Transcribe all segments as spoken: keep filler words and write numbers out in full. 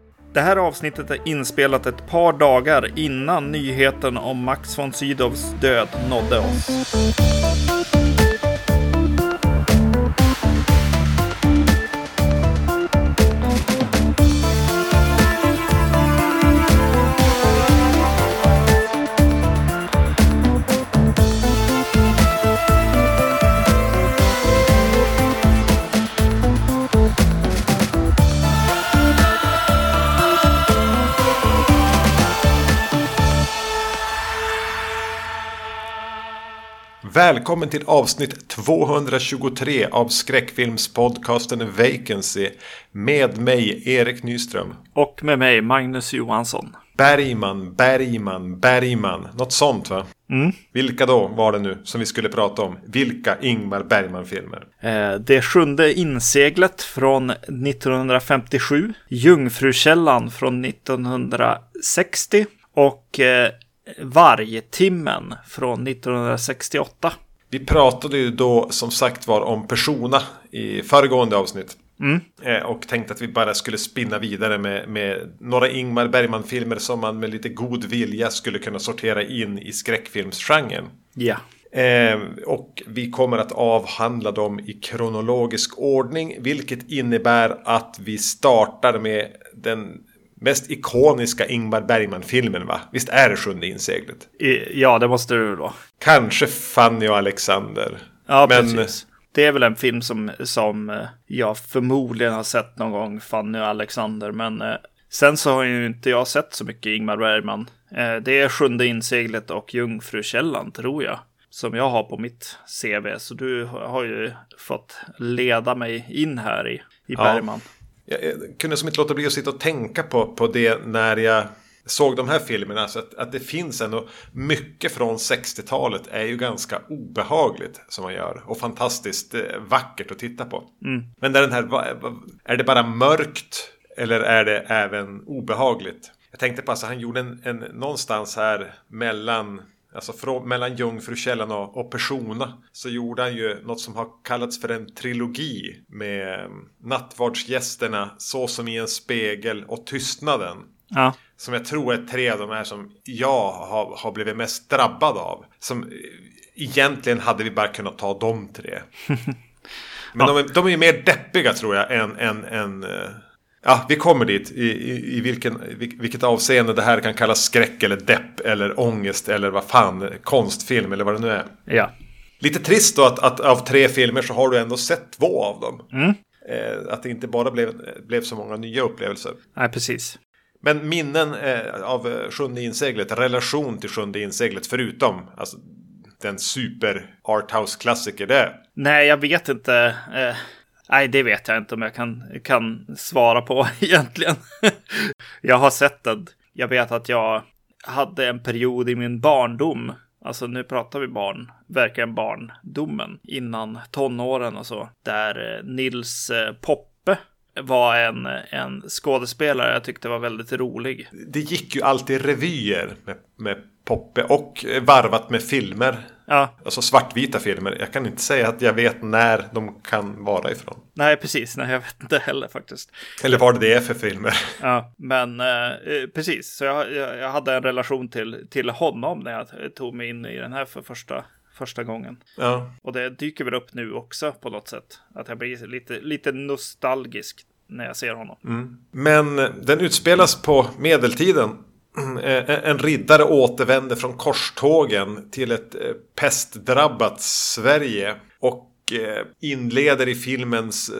Det här avsnittet är inspelat ett par dagar innan nyheten om Max von Sydows död nådde oss. Välkommen till avsnitt tvåhundratjugotre av skräckfilmspodcasten Vacancy med mig, Erik Nyström. Och med mig, Magnus Johansson. Bergman, Bergman, Bergman. Något sånt, va? Mm. Vilka då var det nu som vi skulle prata om? Vilka Ingmar Bergman-filmer? Eh, det sjunde inseglet från nittonhundrafemtiosju. Jungfrukällan från nittonhundrasextio. Och... Eh, Vargtimmen från nittonhundrasextioåtta. Vi pratade ju då som sagt var om Persona i föregående avsnitt. Mm. Eh, och tänkte att vi bara skulle spinna vidare med, med några Ingmar Bergman-filmer som man med lite god vilja skulle kunna sortera in i skräckfilmsgenren. Ja. Eh, och vi kommer att avhandla dem i kronologisk ordning, vilket innebär att vi startar med den mest ikoniska Ingmar Bergman-filmen, va? Visst är det sjunde inseglet? Ja, det måste du då. Kanske Fanny och Alexander. Ja, men... precis. Det är väl en film som, som jag förmodligen har sett någon gång, Fanny och Alexander. Men eh, sen så har ju inte jag sett så mycket Ingmar Bergman. Eh, det är sjunde inseglet och Jungfrukällan, tror jag, som jag har på mitt C V. Så du har ju fått leda mig in här i, i ja. Bergman. Jag kunde som inte låta bli att sitta och tänka på, på det när jag såg de här filmerna. Så att, att det finns ändå mycket från sextiotalet är ju ganska obehagligt som man gör. Och fantastiskt eh, vackert att titta på. Mm. Men där den här, är det bara mörkt eller är det även obehagligt? Jag tänkte på att alltså, han gjorde en, en någonstans här mellan... Alltså från, mellan Jungfrukällan och, och Persona så gjorde han ju något som har kallats för en trilogi med Nattvardsgästerna, Så som i en spegel och Tystnaden. Ja. Som jag tror är tre av de här som jag har, har blivit mest drabbad av. Som egentligen hade vi bara kunnat ta de tre. Men ja. de, är, de är ju mer deppiga tror jag än... än, än Ja, vi kommer dit i, i, i vilken, vilket avseende det här kan kallas skräck eller depp eller ångest eller vad fan, konstfilm eller vad det nu är. Ja. Lite trist då att, att av tre filmer så har du ändå sett två av dem. Mm. Eh, att det inte bara blev, blev så många nya upplevelser. Nej, precis. Men minnen eh, av sjunde inseglet, relation till sjunde inseglet förutom alltså, den super arthouse-klassiker det är. Nej, jag vet inte... Eh... Nej, det vet jag inte om jag kan, kan svara på egentligen. Jag har sett den. Jag vet att jag hade en period i min barndom. Alltså nu pratar vi barn. Verkligen barndomen. Innan tonåren och så. Där Nils Poppe var en, en skådespelare jag tyckte var väldigt rolig. Det gick ju alltid revyer med, med Poppe och varvat med filmer. Ja. Alltså svartvita filmer. Jag kan inte säga att jag vet när de kan vara ifrån. Nej, precis. Nej, jag vet inte heller faktiskt. Eller vad det är för filmer. Ja, men eh, precis. Så jag, jag, jag hade en relation till, till honom när jag tog mig in i den här för första, första gången. Ja. Och det dyker väl upp nu också på något sätt. Att jag blir lite, lite nostalgisk när jag ser honom. Mm. Men den utspelas på medeltiden. En riddare återvänder från korstågen till ett pestdrabbat Sverige och inleder i filmens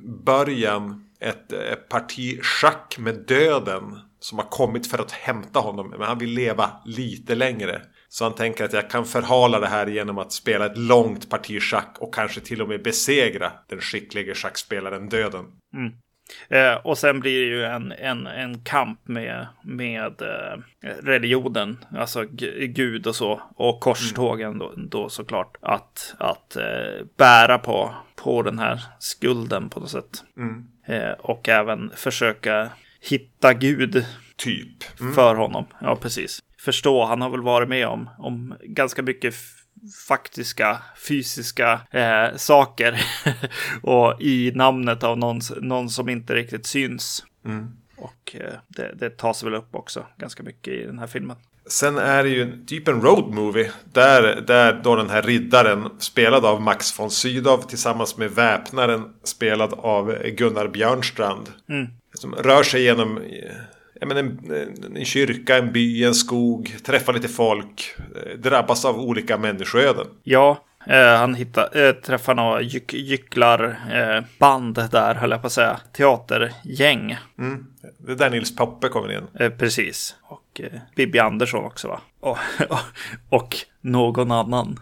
början ett parti schack med döden som har kommit för att hämta honom. Men han vill leva lite längre. Så han tänker att jag kan förhala det här genom att spela ett långt parti schack och kanske till och med besegra den skickliga schackspelaren döden. Mm. Eh, och sen blir det ju en, en, en kamp med, med eh, religionen, alltså g- Gud och så, och korstågen då, då såklart, att, att eh, bära på, på den här skulden på något sätt. Mm. Eh, och även försöka hitta Gud typ mm. för honom. Ja, precis. Förstå, han har väl varit med om, om ganska mycket f- faktiska, fysiska eh, saker och i namnet av någon, någon som inte riktigt syns. Mm. Och och eh, det, det tas väl upp också ganska mycket i den här filmen. Sen är det ju typ en road movie där, där då den här riddaren spelad av Max von Sydow tillsammans med väpnaren spelad av Gunnar Björnstrand. Mm. Som rör sig genom jag menar, en, en kyrka, en by, en skog, träffar lite folk, drabbas av olika människoöden. Ja, eh, han hittar, eh, träffar några gyck, gycklar eh, band där, höll jag på att säga. Teatergäng. Mm. Det är där Nils Poppe kommer in. Eh, precis. Och eh, Bibi Andersson också, va? Och, och, och någon annan.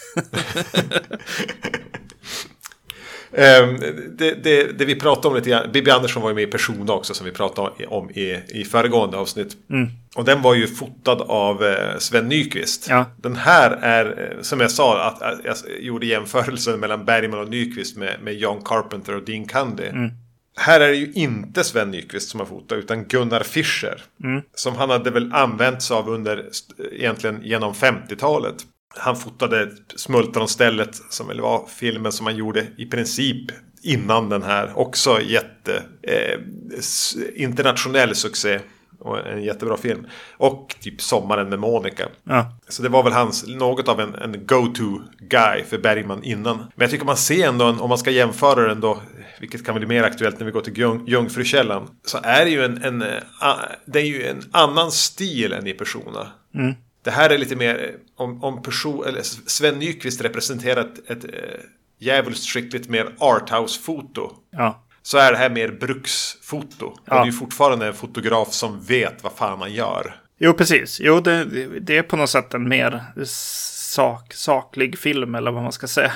Um, det, det, det vi pratade om lite grann, Bibi Andersson var ju med i Persona också som vi pratade om i, i föregående avsnitt. Mm. Och den var ju fotad av eh, Sven Nykvist. Ja. Den här är, som jag sa, att, att jag gjorde jämförelsen mellan Bergman och Nykvist med, med John Carpenter och Dean Cundy. Mm. Här är det ju inte Sven Nykvist som har fotat utan Gunnar Fischer. Mm. Som han hade väl använts av under egentligen genom femtiotalet. Han fotade Smultronstället som väl var filmen som han gjorde i princip innan den här. Också jätte eh, internationell succé och en jättebra film. Och typ Sommaren med Monica. Ja. Så det var väl hans, något av en, en go-to guy för Bergman innan. Men jag tycker man ser ändå, om man ska jämföra den då, vilket kan bli mer aktuellt när vi går till Jung, Jungfrukällan, så är det ju en, en, a, det är ju en annan stil än i Persona. Mm. Det här är lite mer om, om person, eller Sven Nykvist representerar ett, ett, ett jävligt skickligt mer arthouse-foto. Ja. Så är det här mer bruksfoto. Ja. Och det är ju fortfarande en fotograf som vet vad fan man gör. Jo, precis. Jo, det, det är på något sätt en mer sak, saklig film, eller vad man ska säga.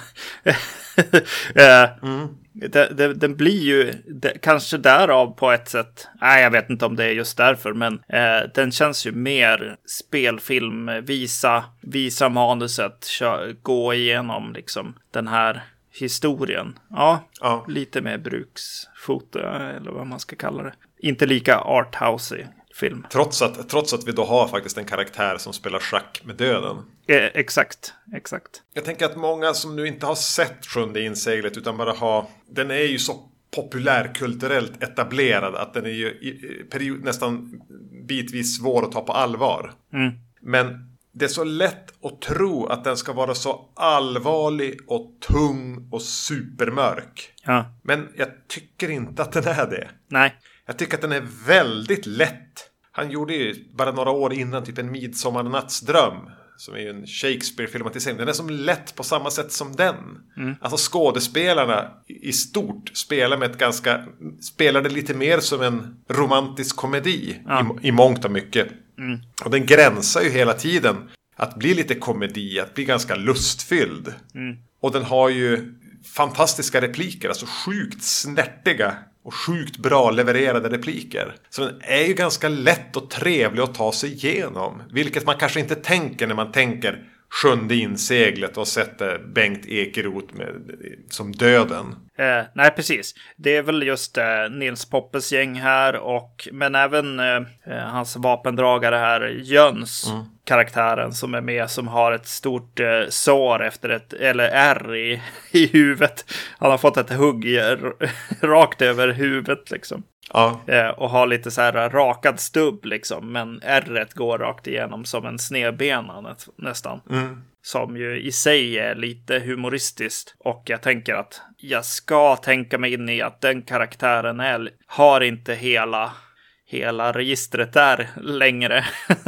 mm. det, det, den blir ju det, kanske därav på ett sätt. Nej, jag vet inte om det är just därför. Men eh, den känns ju mer spelfilm. Visa, visa manuset. Kör, gå igenom liksom den här historien. Ja, ja, lite mer bruksfoto eller vad man ska kalla det. Inte lika arthousey film. Trots att, trots att vi då har faktiskt en karaktär som spelar schack med döden. Eh, exakt, exakt. Jag tänker att många som nu inte har sett Sjunde inseglet utan bara har... Den är ju så populärkulturellt etablerad att den är ju i period, nästan bitvis svår att ta på allvar. Mm. Men... det är så lätt att tro att den ska vara så allvarlig och tung och supermörk. Ja. Men jag tycker inte att den är det. Nej. Jag tycker att den är väldigt lätt. Han gjorde ju bara några år innan typ en Midsommarnattsdröm. Som är ju en Shakespeare-filmatisering. Den är som lätt på samma sätt som den. Mm. Alltså skådespelarna i stort spelar med ett ganska... spelar det lite mer som en romantisk komedi. Ja. I, i mångt och mycket. Mm. Och den gränsar ju hela tiden att bli lite komedi, att bli ganska lustfylld. Mm. Och den har ju fantastiska repliker, alltså sjukt snärtiga och sjukt bra levererade repliker. Så den är ju ganska lätt och trevlig att ta sig igenom, vilket man kanske inte tänker när man tänker Sjunde inseglet och sätter Bengt Ekeroth med, som döden. Eh, nej, precis. Det är väl just eh, Nils Poppes gäng här, och, men även eh, hans vapendragare här, Jöns, mm. karaktären som är med, som har ett stort eh, sår efter ett, eller ärr i, i huvudet. Han har fått ett hugg i, r- rakt över huvudet liksom. Ja. Eh, och har lite så här rakad stubb liksom, men ärret går rakt igenom som en snedbena nä- nästan. Mm. Som ju i sig är lite humoristiskt. Och jag tänker att jag ska tänka mig in i att den karaktären är, har inte hela, hela registret där längre.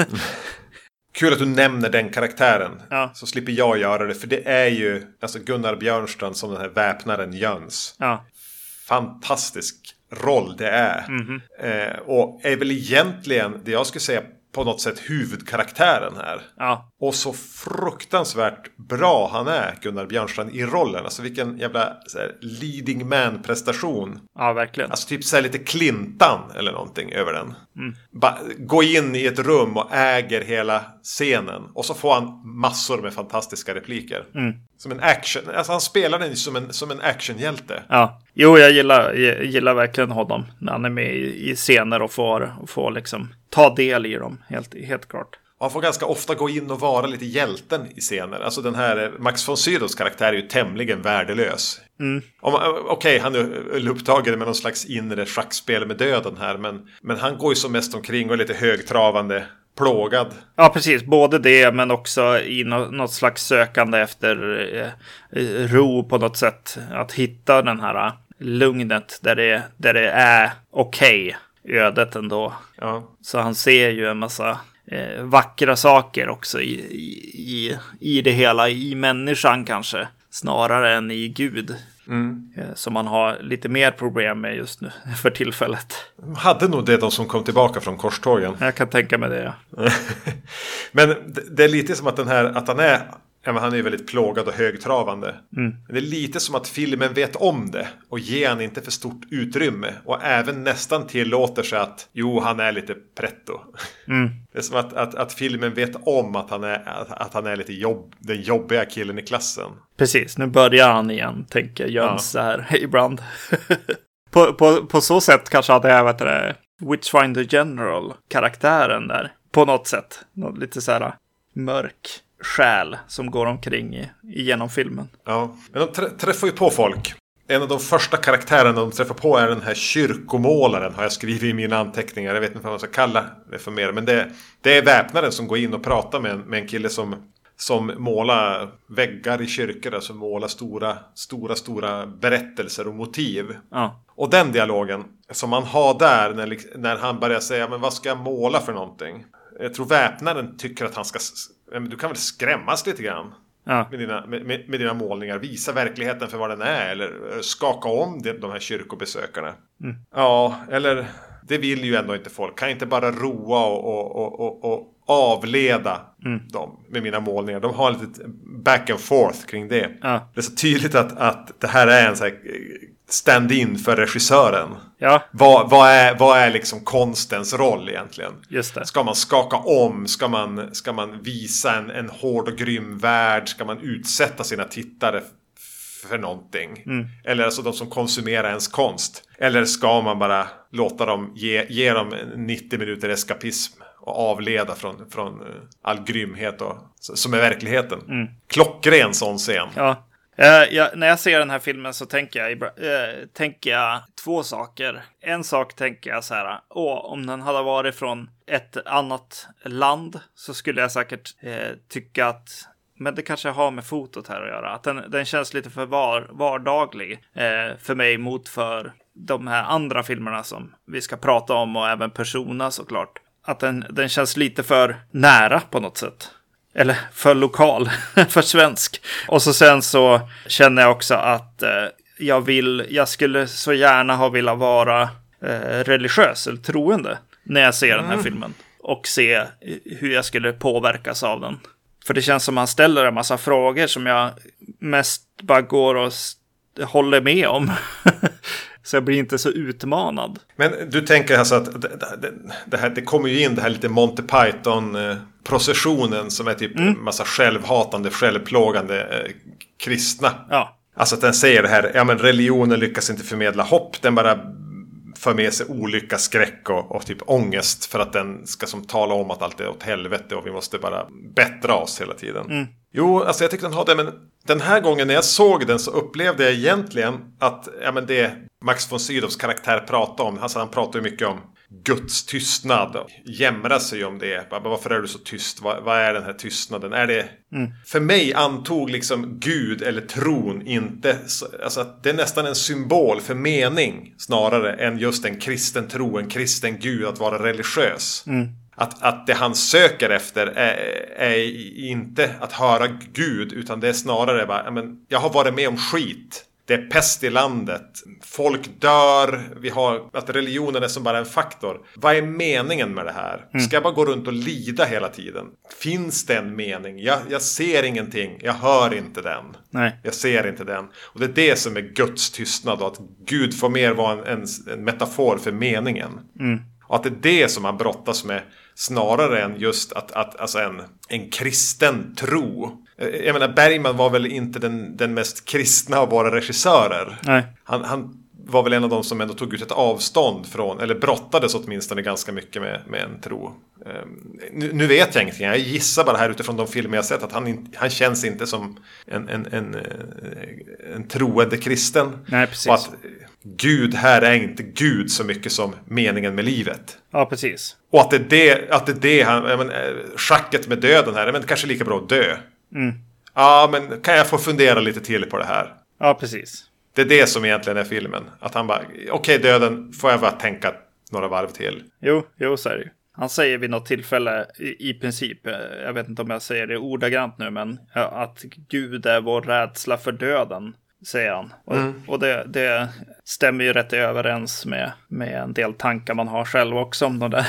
Kul att du nämner den karaktären. Ja. Så slipper jag göra det. För det är ju alltså Gunnar Björnstrand som den här väpnaren Jöns. Ja. Fantastisk roll det är. Mm-hmm. Eh, och är väl egentligen det jag skulle säga på något sätt huvudkaraktären här. Ja. Och så fruktansvärt bra han är, Gunnar Björnstrand, i rollen. Alltså vilken jävla så här, leading man-prestation. Ja, verkligen. Alltså typ så här lite Clintan eller någonting över den. Mm. Ba- gå in i ett rum och äger hela scenen. Och så får han massor med fantastiska repliker. Mm. Som en action. Alltså han spelar den som en, som en actionhjälte. Ja, jo jag gillar, jag gillar verkligen honom. När han är med i, i scener och får, och får liksom ta del i dem. Helt, helt klart. Han får ganska ofta gå in och vara lite hjälten i scener. Alltså den här Max von Sydows karaktär är ju tämligen värdelös Mm. Okej, okay, han är upptagen med någon slags inre schackspel med döden här. Men, men han går ju som mest omkring och är lite högtravande, plågad. Ja, precis. Både det, men också i no- något slags sökande efter eh, ro på något sätt. Att hitta den här lugnet där det, där det är okej, okay, ödet ändå. Ja. Så han ser ju en massa eh, vackra saker också i, i, i det hela. I människan kanske, snarare än i Gud. Mm. Eh, som man har lite mer problem med just nu för tillfället. De hade nog det, de som kom tillbaka från korstågen. Jag kan tänka mig det, ja. Men det, det är lite som att den här, att han är... Ja, men han är ju väldigt plågad och högtravande. Mm. Det är lite som att filmen vet om det och ger han inte för stort utrymme. Och även nästan tillåter sig att jo, han är lite pretto. Mm. Det är som att, att, att filmen vet om att han är, att, att han är lite jobb, den jobbiga killen i klassen. Precis, nu börjar han igen, tänker Jöns ja. Här ibland. på, på, på så sätt kanske hade jag, vet det, Witchfinder General-karaktären där. På något sätt. Något lite så här mörk själ som går omkring i, genom filmen. Ja, men de trä- träffar ju på folk. En av de första karaktärerna de träffar på är den här kyrkomålaren, har jag skrivit i mina anteckningar. Jag vet inte vad man ska kalla det för mer. Men det, det är väpnaren som går in och pratar med en, med en kille som, som målar väggar i kyrkor. Alltså målar stora, stora, stora berättelser och motiv. Ja. Och den dialogen som man har där när, när han börjar säga, men vad ska jag måla för någonting? Jag tror väpnaren tycker att han ska... Men du kan väl skrämmas lite grann ja. med, dina, med, med dina målningar. Visa verkligheten för vad den är. Eller skaka om de, de här kyrkobesökarna. Mm. Ja, eller... Det vill ju ändå inte folk. Kan inte bara roa och, och, och, och avleda mm. dem med mina målningar. De har lite back and forth kring det. Ja. Det är så tydligt att, att det här är en så här stand-in för regissören. Ja. Vad, vad, är, vad är liksom konstens roll egentligen? Just det. Ska man skaka om? Ska man, ska man visa en, en hård och grym värld? Ska man utsätta sina tittare för någonting? Mm. Eller alltså de som konsumerar ens konst? Eller ska man bara låta dem ge, ge dem nittio minuter eskapism och avleda från, från all grymhet och, som är verkligheten? Mm. Klockren sån scen. Ja. Uh, ja, när jag ser den här filmen så tänker jag, uh, tänker jag två saker. En sak tänker jag så här, åh, om den hade varit från ett annat land så skulle jag säkert uh, tycka att, men det kanske har med fotot här att göra, att den, den känns lite för var, vardaglig uh, för mig mot för de här andra filmerna som vi ska prata om och även Persona såklart. Att den, den känns lite för nära på något sätt. Eller för lokal, för svensk. Och så sen så känner jag också att eh, jag vill, jag skulle så gärna ha velat vara eh, religiös eller troende när jag ser mm. den här filmen. Och se hur jag skulle påverkas av den. För det känns som att han ställer en massa frågor som jag mest bara går och st- håller med om. Så jag blir inte så utmanad. Men du tänker alltså att det, det, det, här, det kommer ju in det här lite Monty Python-processionen som är typ en mm. massa självhatande, självplågande eh, kristna. Ja. Alltså att den säger det här, ja men religionen lyckas inte förmedla hopp, den bara för med sig olycka, skräck och, och typ ångest för att den ska som tala om att allt är åt helvete och vi måste bara bättra oss hela tiden. Mm. Jo, alltså jag tycker den har det, men den här gången när jag såg den så upplevde jag egentligen att ja, men det Max von Sydows karaktär pratar om, alltså han pratar ju mycket om Guds tystnad och jämrar sig om det. Varför är du så tyst? Vad, vad är den här tystnaden? Är det... Mm. För mig antog liksom Gud eller tron inte... Alltså att det är nästan en symbol för mening snarare än just en kristen tro, en kristen Gud, att vara religiös. Mm. Att, att det han söker efter är, är inte att höra Gud, utan det är snarare bara, men jag har varit med om skit. Det är pest i landet. Folk dör. Vi har att religionen är som bara en faktor. Vad är meningen med det här? Mm. Ska jag bara gå runt och lida hela tiden? Finns det en mening? Jag, jag ser ingenting. Jag hör inte den. Nej. Jag ser inte den. Och det är det som är Guds tystnad. Och att Gud får mer vara en, en, en metafor för meningen. Mm. Och att det är det som man brottas med snarare än just att, att alltså en, en kristen tro. Jag menar, Bergman var väl inte den, den mest kristna av våra regissörer. Nej. Han, han var väl en av de som ändå tog ut ett avstånd från, eller brottades åtminstone ganska mycket med, med en tro. Um, nu, nu vet jag ingenting, jag gissar bara här utifrån de filmer jag sett att han, in, han känns inte som en, en, en, en troende kristen. Nej, precis. Och att Gud här är inte Gud så mycket som meningen med livet. Ja, precis. Och att det är det, att det, är det han, jag men, schacket med döden här, men kanske lika bra att dö. Mm. Ja, men kan jag få fundera lite till på det här? Ja, precis. Det är det som egentligen är filmen. Att han bara, okej okay, döden, får jag bara tänka några varv till. Jo, jo så är det ju. Han säger vid något tillfälle i, i princip, jag vet inte om jag säger det ordagrant nu, men att Gud är vår rädsla för döden, säger han. Och, mm. och det, det stämmer ju rätt överens med, med en del tankar man har själv också om de där.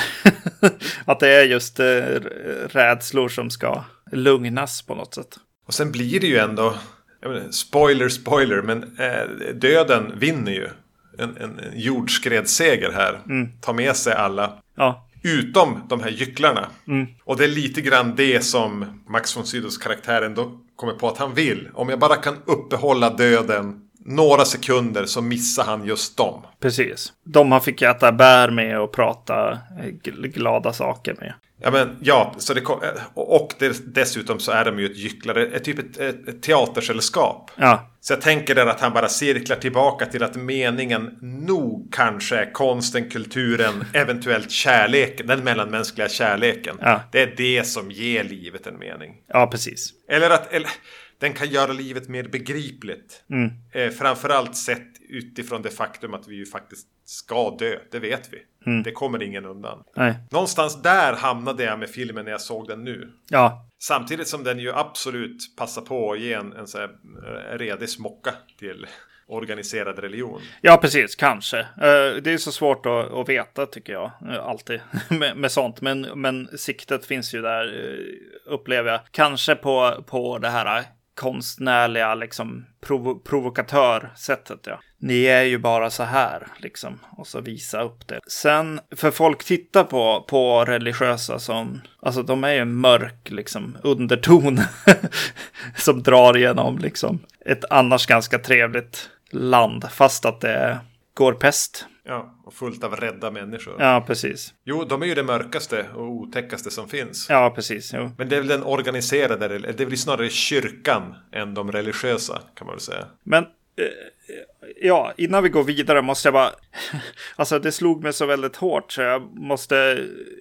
Att det är just eh, rädslor som ska lugnas på något sätt. Och sen blir det ju ändå, jag menar, spoiler, spoiler, men eh, döden vinner ju. En, en, en jordskredsseger här. Mm. Tar med sig alla. Ja. Utom de här gycklarna. Mm. Och det är lite grann det som Max von Sydows karaktär ändå kommer på att han vill. Om jag bara kan uppehålla döden några sekunder så missar han just dem. Precis. De han fick äta bär med och prata glada saker med. Ja, men, ja så det kom, och det, dessutom så är de ju ett gycklare, ett typ ett, ett, ett teatersällskap. Ja. Så jag tänker där att han bara cirklar tillbaka till att meningen nog kanske är konsten, kulturen, eventuellt kärleken, den mellanmänskliga kärleken. Ja. Det är det som ger livet en mening. Ja, precis. Eller att eller, den kan göra livet mer begripligt. Mm. Eh, framförallt sett utifrån det faktum att vi ju faktiskt ska dö, det vet vi. Mm. Det kommer ingen undan. Nej. Någonstans där hamnade jag med filmen när jag såg den nu. Ja. Samtidigt som den ju absolut passar på att ge en, en så här redig smocka till organiserad religion. Ja, precis. Kanske. Det är så svårt att, att veta, tycker jag. Alltid med, med sånt. Men, men siktet finns ju där, upplever jag. Kanske på, på det här konstnärliga liksom provo- provokatör-sättet, ja. Ni är ju bara så här, liksom. Och så visa upp det. Sen, för folk tittar på, på religiösa som, alltså de är ju en mörk, liksom, underton som drar igenom, liksom, ett annars ganska trevligt land, fast att det går pest. Ja, och fullt av rädda människor. Ja, precis. Jo, de är ju det mörkaste och otäckaste som finns. Ja, precis. Jo. Men det är väl den organiserade, det är väl snarare kyrkan än de religiösa, kan man väl säga. Men, ja, innan vi går vidare måste jag bara, alltså det slog mig så väldigt hårt så jag måste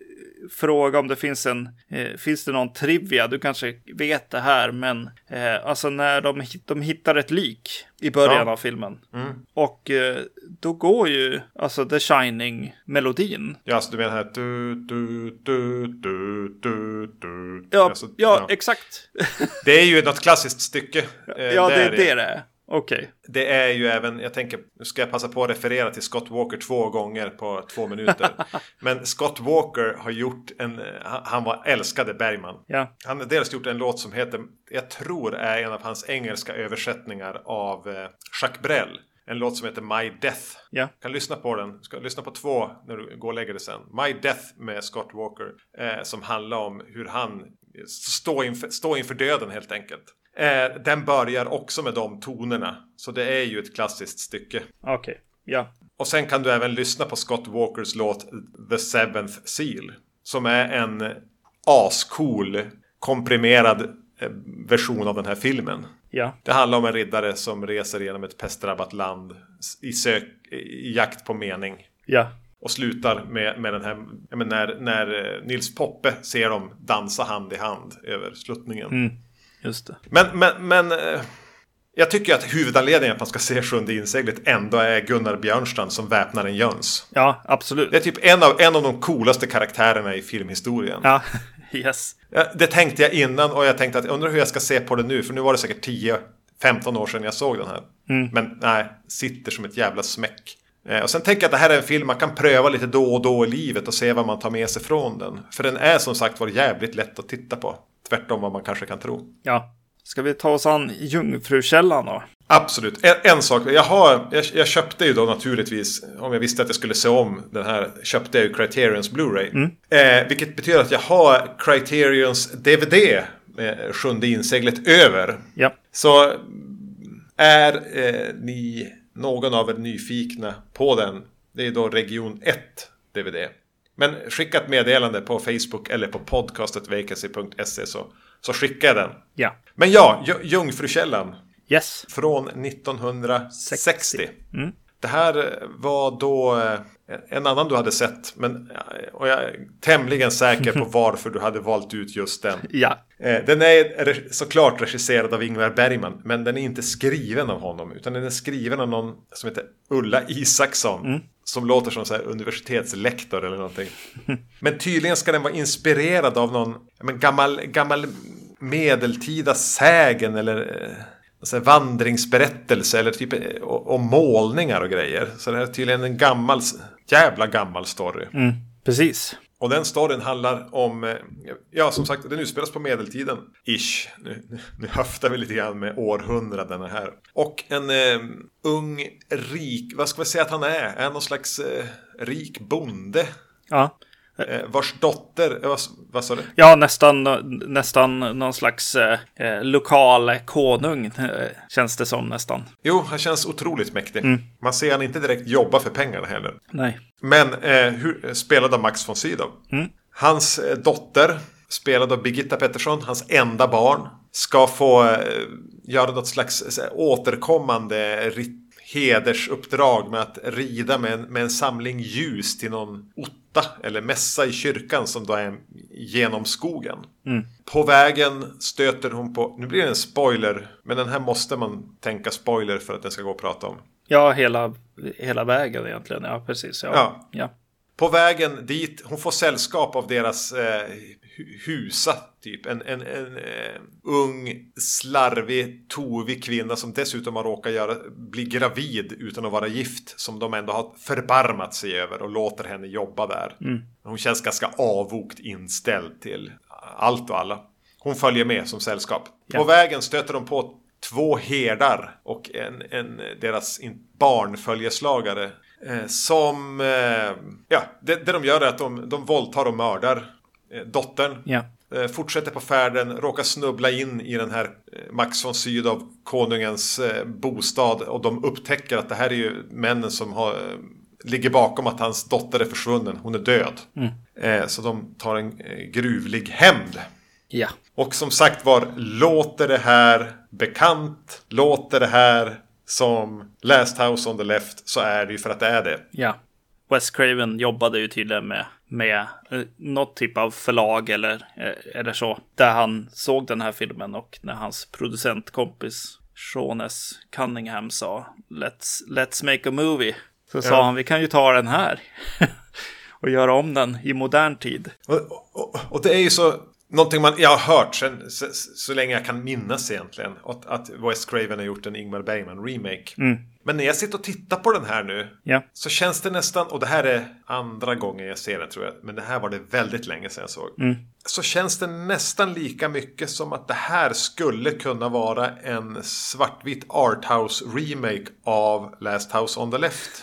fråga om det finns en, eh, finns det någon trivia, du kanske vet det här, men eh, alltså när de, de hittar ett lik i början ja. av filmen mm. och eh, då går ju alltså The Shining-melodin. Ja, alltså du menar här du, du, du, du, du, du. Ja, alltså, ja, ja, exakt. Det är ju något klassiskt stycke. Eh, ja, det är det det är. Okej. Okay. Det är ju även, jag tänker, nu ska jag passa på att referera till Scott Walker två gånger på två minuter. Men Scott Walker har gjort en, han var älskade Bergman. Ja. Han har dels gjort en låt som heter, jag tror är en av hans engelska översättningar av eh, Jacques Brel. En låt som heter My Death. Ja. Kan lyssna på den. Ska lyssna på två när du går och lägger dig sen. My Death med Scott Walker. Eh, som handlar om hur han står inför, står inför döden helt enkelt. Eh, den börjar också med de tonerna. Så det är ju ett klassiskt stycke. Okej, okay. Ja. Och sen kan du även lyssna på Scott Walkers låt The Seventh Seal. Som är en ascool komprimerad eh, version av den här filmen. Ja. Det handlar om en riddare som reser genom ett pestdrabbat land i, sök, i jakt på mening. Ja. Och slutar med, med den här, men när, när Nils Poppe ser dem dansa hand i hand över sluttningen. Mm. Just det. Men, men, men jag tycker att huvudanledningen att man ska se Sjunde inseglet ändå är Gunnar Björnstrand som väpnar en jöns. Ja, absolut. Det är typ en av, en av de coolaste karaktärerna i filmhistorien. Ja, yes. Det tänkte jag innan och jag tänkte att jag undrar hur jag ska se på det nu. För nu var det säkert tio femton år sedan jag såg den här. Mm. Men nej, sitter som ett jävla smäck. Och sen tänker jag att det här är en film man kan pröva lite då och då i livet och se vad man tar med sig från den. För den är som sagt var jävligt lätt att titta på. Tvärtom vad man kanske kan tro. Ja. Ska vi ta oss an Jungfrukällan då? Absolut. En, en sak. Jag, har, jag, jag köpte ju då naturligtvis, om jag visste att jag skulle se om den här, köpte jag ju Criterions Blu-ray. Mm. Eh, vilket betyder att jag har Criterions D V D med Sjunde inseglet över. Ja. Så är eh, ni någon av er nyfikna på den, det är då Region ett D V D. Men skicka ett meddelande på Facebook eller på podcastet vacancy punkt se så, så skickar jag den. Ja. Men ja, Jungfrukällan. Yes. Från nittonhundrasextio. Mm. Det här var då en annan du hade sett. Men, och jag är tämligen säker på varför du hade valt ut just den. Ja. Den är såklart regisserad av Ingmar Bergman. Men den är inte skriven av honom. Utan den är skriven av någon som heter Ulla Isaksson. Mm. Som låter som så här universitetslektor eller någonting. Men tydligen ska den vara inspirerad av någon men, gammal, gammal medeltida sägen eller så här, vandringsberättelse eller typ om målningar och grejer. Så det här är tydligen en gammal, jävla gammal story. Mm, precis. Och den storyn handlar om, ja som sagt, den utspelas på medeltiden. Ish, nu, nu, nu höftar vi lite grann med århundradena här. Och en eh, ung, rik, vad ska vi säga att han är? Är någon slags eh, rik bonde? Ja. Eh, vars dotter, vad, vad sa du? Ja, nästan, nästan någon slags eh, lokal konung eh, känns det som nästan. Jo, han känns otroligt mäktig. Mm. Man ser han inte direkt jobba för pengarna heller. Nej. Men eh, hur, spelad av Max von Sydow. Mm. Hans eh, dotter, spelad av Birgitta Pettersson, hans enda barn, ska få eh, göra något slags eh, återkommande rit- hedersuppdrag med att rida med en, med en samling ljus till någon otta eller mässa i kyrkan som då är genom skogen. Mm. På vägen stöter hon på, nu blir det en spoiler, men den här måste man tänka spoiler för att den ska gå att prata om. Ja, hela, hela vägen egentligen, ja precis. Ja. Ja. Ja. På vägen dit, hon får sällskap av deras eh, husa typ. En, en, en eh, ung, slarvig, tovig kvinna som dessutom har råkat göra, bli gravid utan att vara gift. Som de ändå har förbarmat sig över och låter henne jobba där. Mm. Hon känns ganska avvokt inställd till allt och alla. Hon följer med som sällskap. Ja. På vägen stöter de på två herdar och en, en deras barnföljeslagare. Eh, som, eh, ja, det, det de gör är att de, de våldtar och mördar eh, dottern. Ja. Eh, fortsätter på färden, råkar snubbla in i den här eh, Max von Sydow, konungens eh, bostad. Och de upptäcker att det här är ju männen som har, eh, ligger bakom att hans dotter är försvunnen. Hon är död. Mm. Eh, så de tar en eh, gruvlig hämnd. Ja. Och som sagt var, låter det här bekant, låter det här som Last House on the Left, så är det ju för att det är det. Ja. Wes Craven jobbade ju tydligen med, med eh, något typ av förlag eller, eh, eller så. Där han såg den här filmen och när hans producentkompis Sean S. Cunningham sa Let's, let's make a movie. Så ja. Sa han, vi kan ju ta den här och göra om den i modern tid. Och, och, och det är ju så... Någonting man, jag har hört sen, så, så länge jag kan minnas egentligen. Att, att Wes Craven har gjort en Ingmar Bergman remake. Mm. Men när jag sitter och tittar på den här nu. Ja. Så känns det nästan, och det här är andra gången jag ser den tror jag. Men det här var det väldigt länge sedan jag såg. Mm. Så känns det nästan lika mycket som att det här skulle kunna vara en svartvit arthouse remake av Last House on the Left.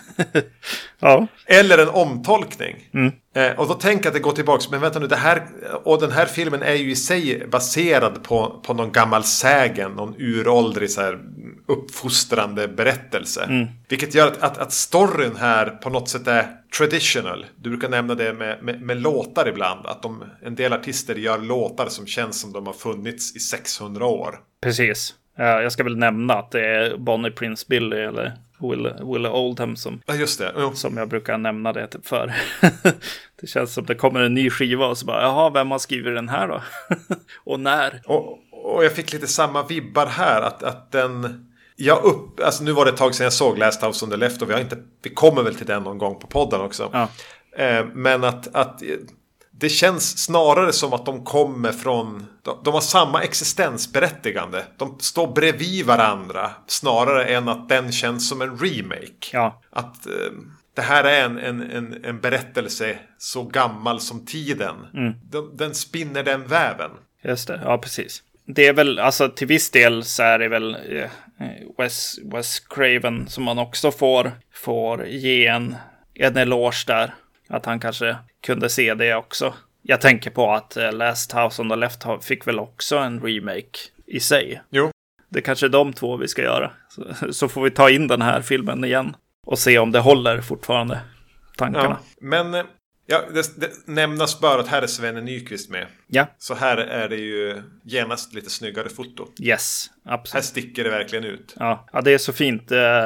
Ja. Eller en omtolkning. Mm. Eh, och då tänker jag att det går tillbaka. Men vänta nu, det här, och den här filmen är ju i sig baserad på, på någon gammal sägen. Någon uråldrig så här uppfostrande berättelse. Mm. Vilket gör att, att, att storyn här på något sätt är traditional. Du brukar nämna det med, med, med låtar ibland. Att de, en del artister gör låtar som känns som de har funnits i sexhundra år. Precis. Jag ska väl nämna att det är Bonnie Prince Billy eller Will, Will Oldham som, ja, just det. Jo. Som jag brukar nämna det typ för. Det känns som det kommer en ny skiva och så bara, jaha, vem har skrivit den här då? Och när? Och, och jag fick lite samma vibbar här. Att, att den... Jag upp, alltså nu var det ett tag sedan jag såg Last House on the Left och vi har inte, vi kommer väl till den någon gång på podden också. Ja. Eh, men att, att det känns snarare som att de kommer från, de, de har samma existensberättigande. De står bredvid varandra snarare än att den känns som en remake. Ja. Att eh, det här är en, en, en, en berättelse så gammal som tiden. Mm. Den, den spinner den väven. Just det, ja precis. Det är väl, alltså till viss del så är det väl eh, Wes, Wes Craven som man också får, får ge en, en eloge där. Att han kanske kunde se det också. Jag tänker på att eh, Last House on the Left fick väl också en remake i sig. Jo. det kanske är de två vi ska göra. Så, så får vi ta in den här filmen igen och se om det håller fortfarande, tankarna. Ja, men ja, det, det nämnas bara att här är Svenne Nyqvist med. Ja. Så här är det ju genast lite snyggare foto. Yes, absolut. Här sticker det verkligen ut. Ja, ja det är så fint eh,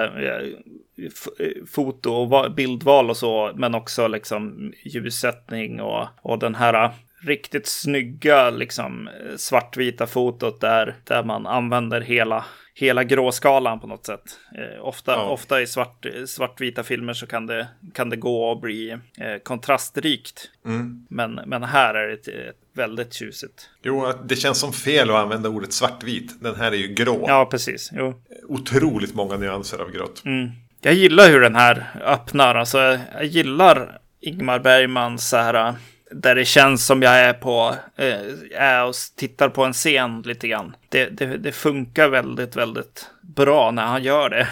foto och bildval och så, men också liksom ljussättning och, och den här riktigt snygga liksom svartvita fotot där, där man använder hela, hela gråskalan på något sätt. Eh, ofta, ja. ofta i svart, svartvita filmer så kan det, kan det gå och bli eh, kontrastrikt. Mm. Men, men här är det ett, ett väldigt tjusigt. Jo, det känns som fel att använda ordet svartvit. Den här är ju grå. Ja, precis. Jo. Otroligt många nyanser av grått. Mm. Jag gillar hur den här öppnar. Alltså, jag gillar Ingmar Bergmans så här, där det känns som jag är på äh, är och tittar på en scen lite grann. Det, det, det funkar väldigt, väldigt bra när han gör det.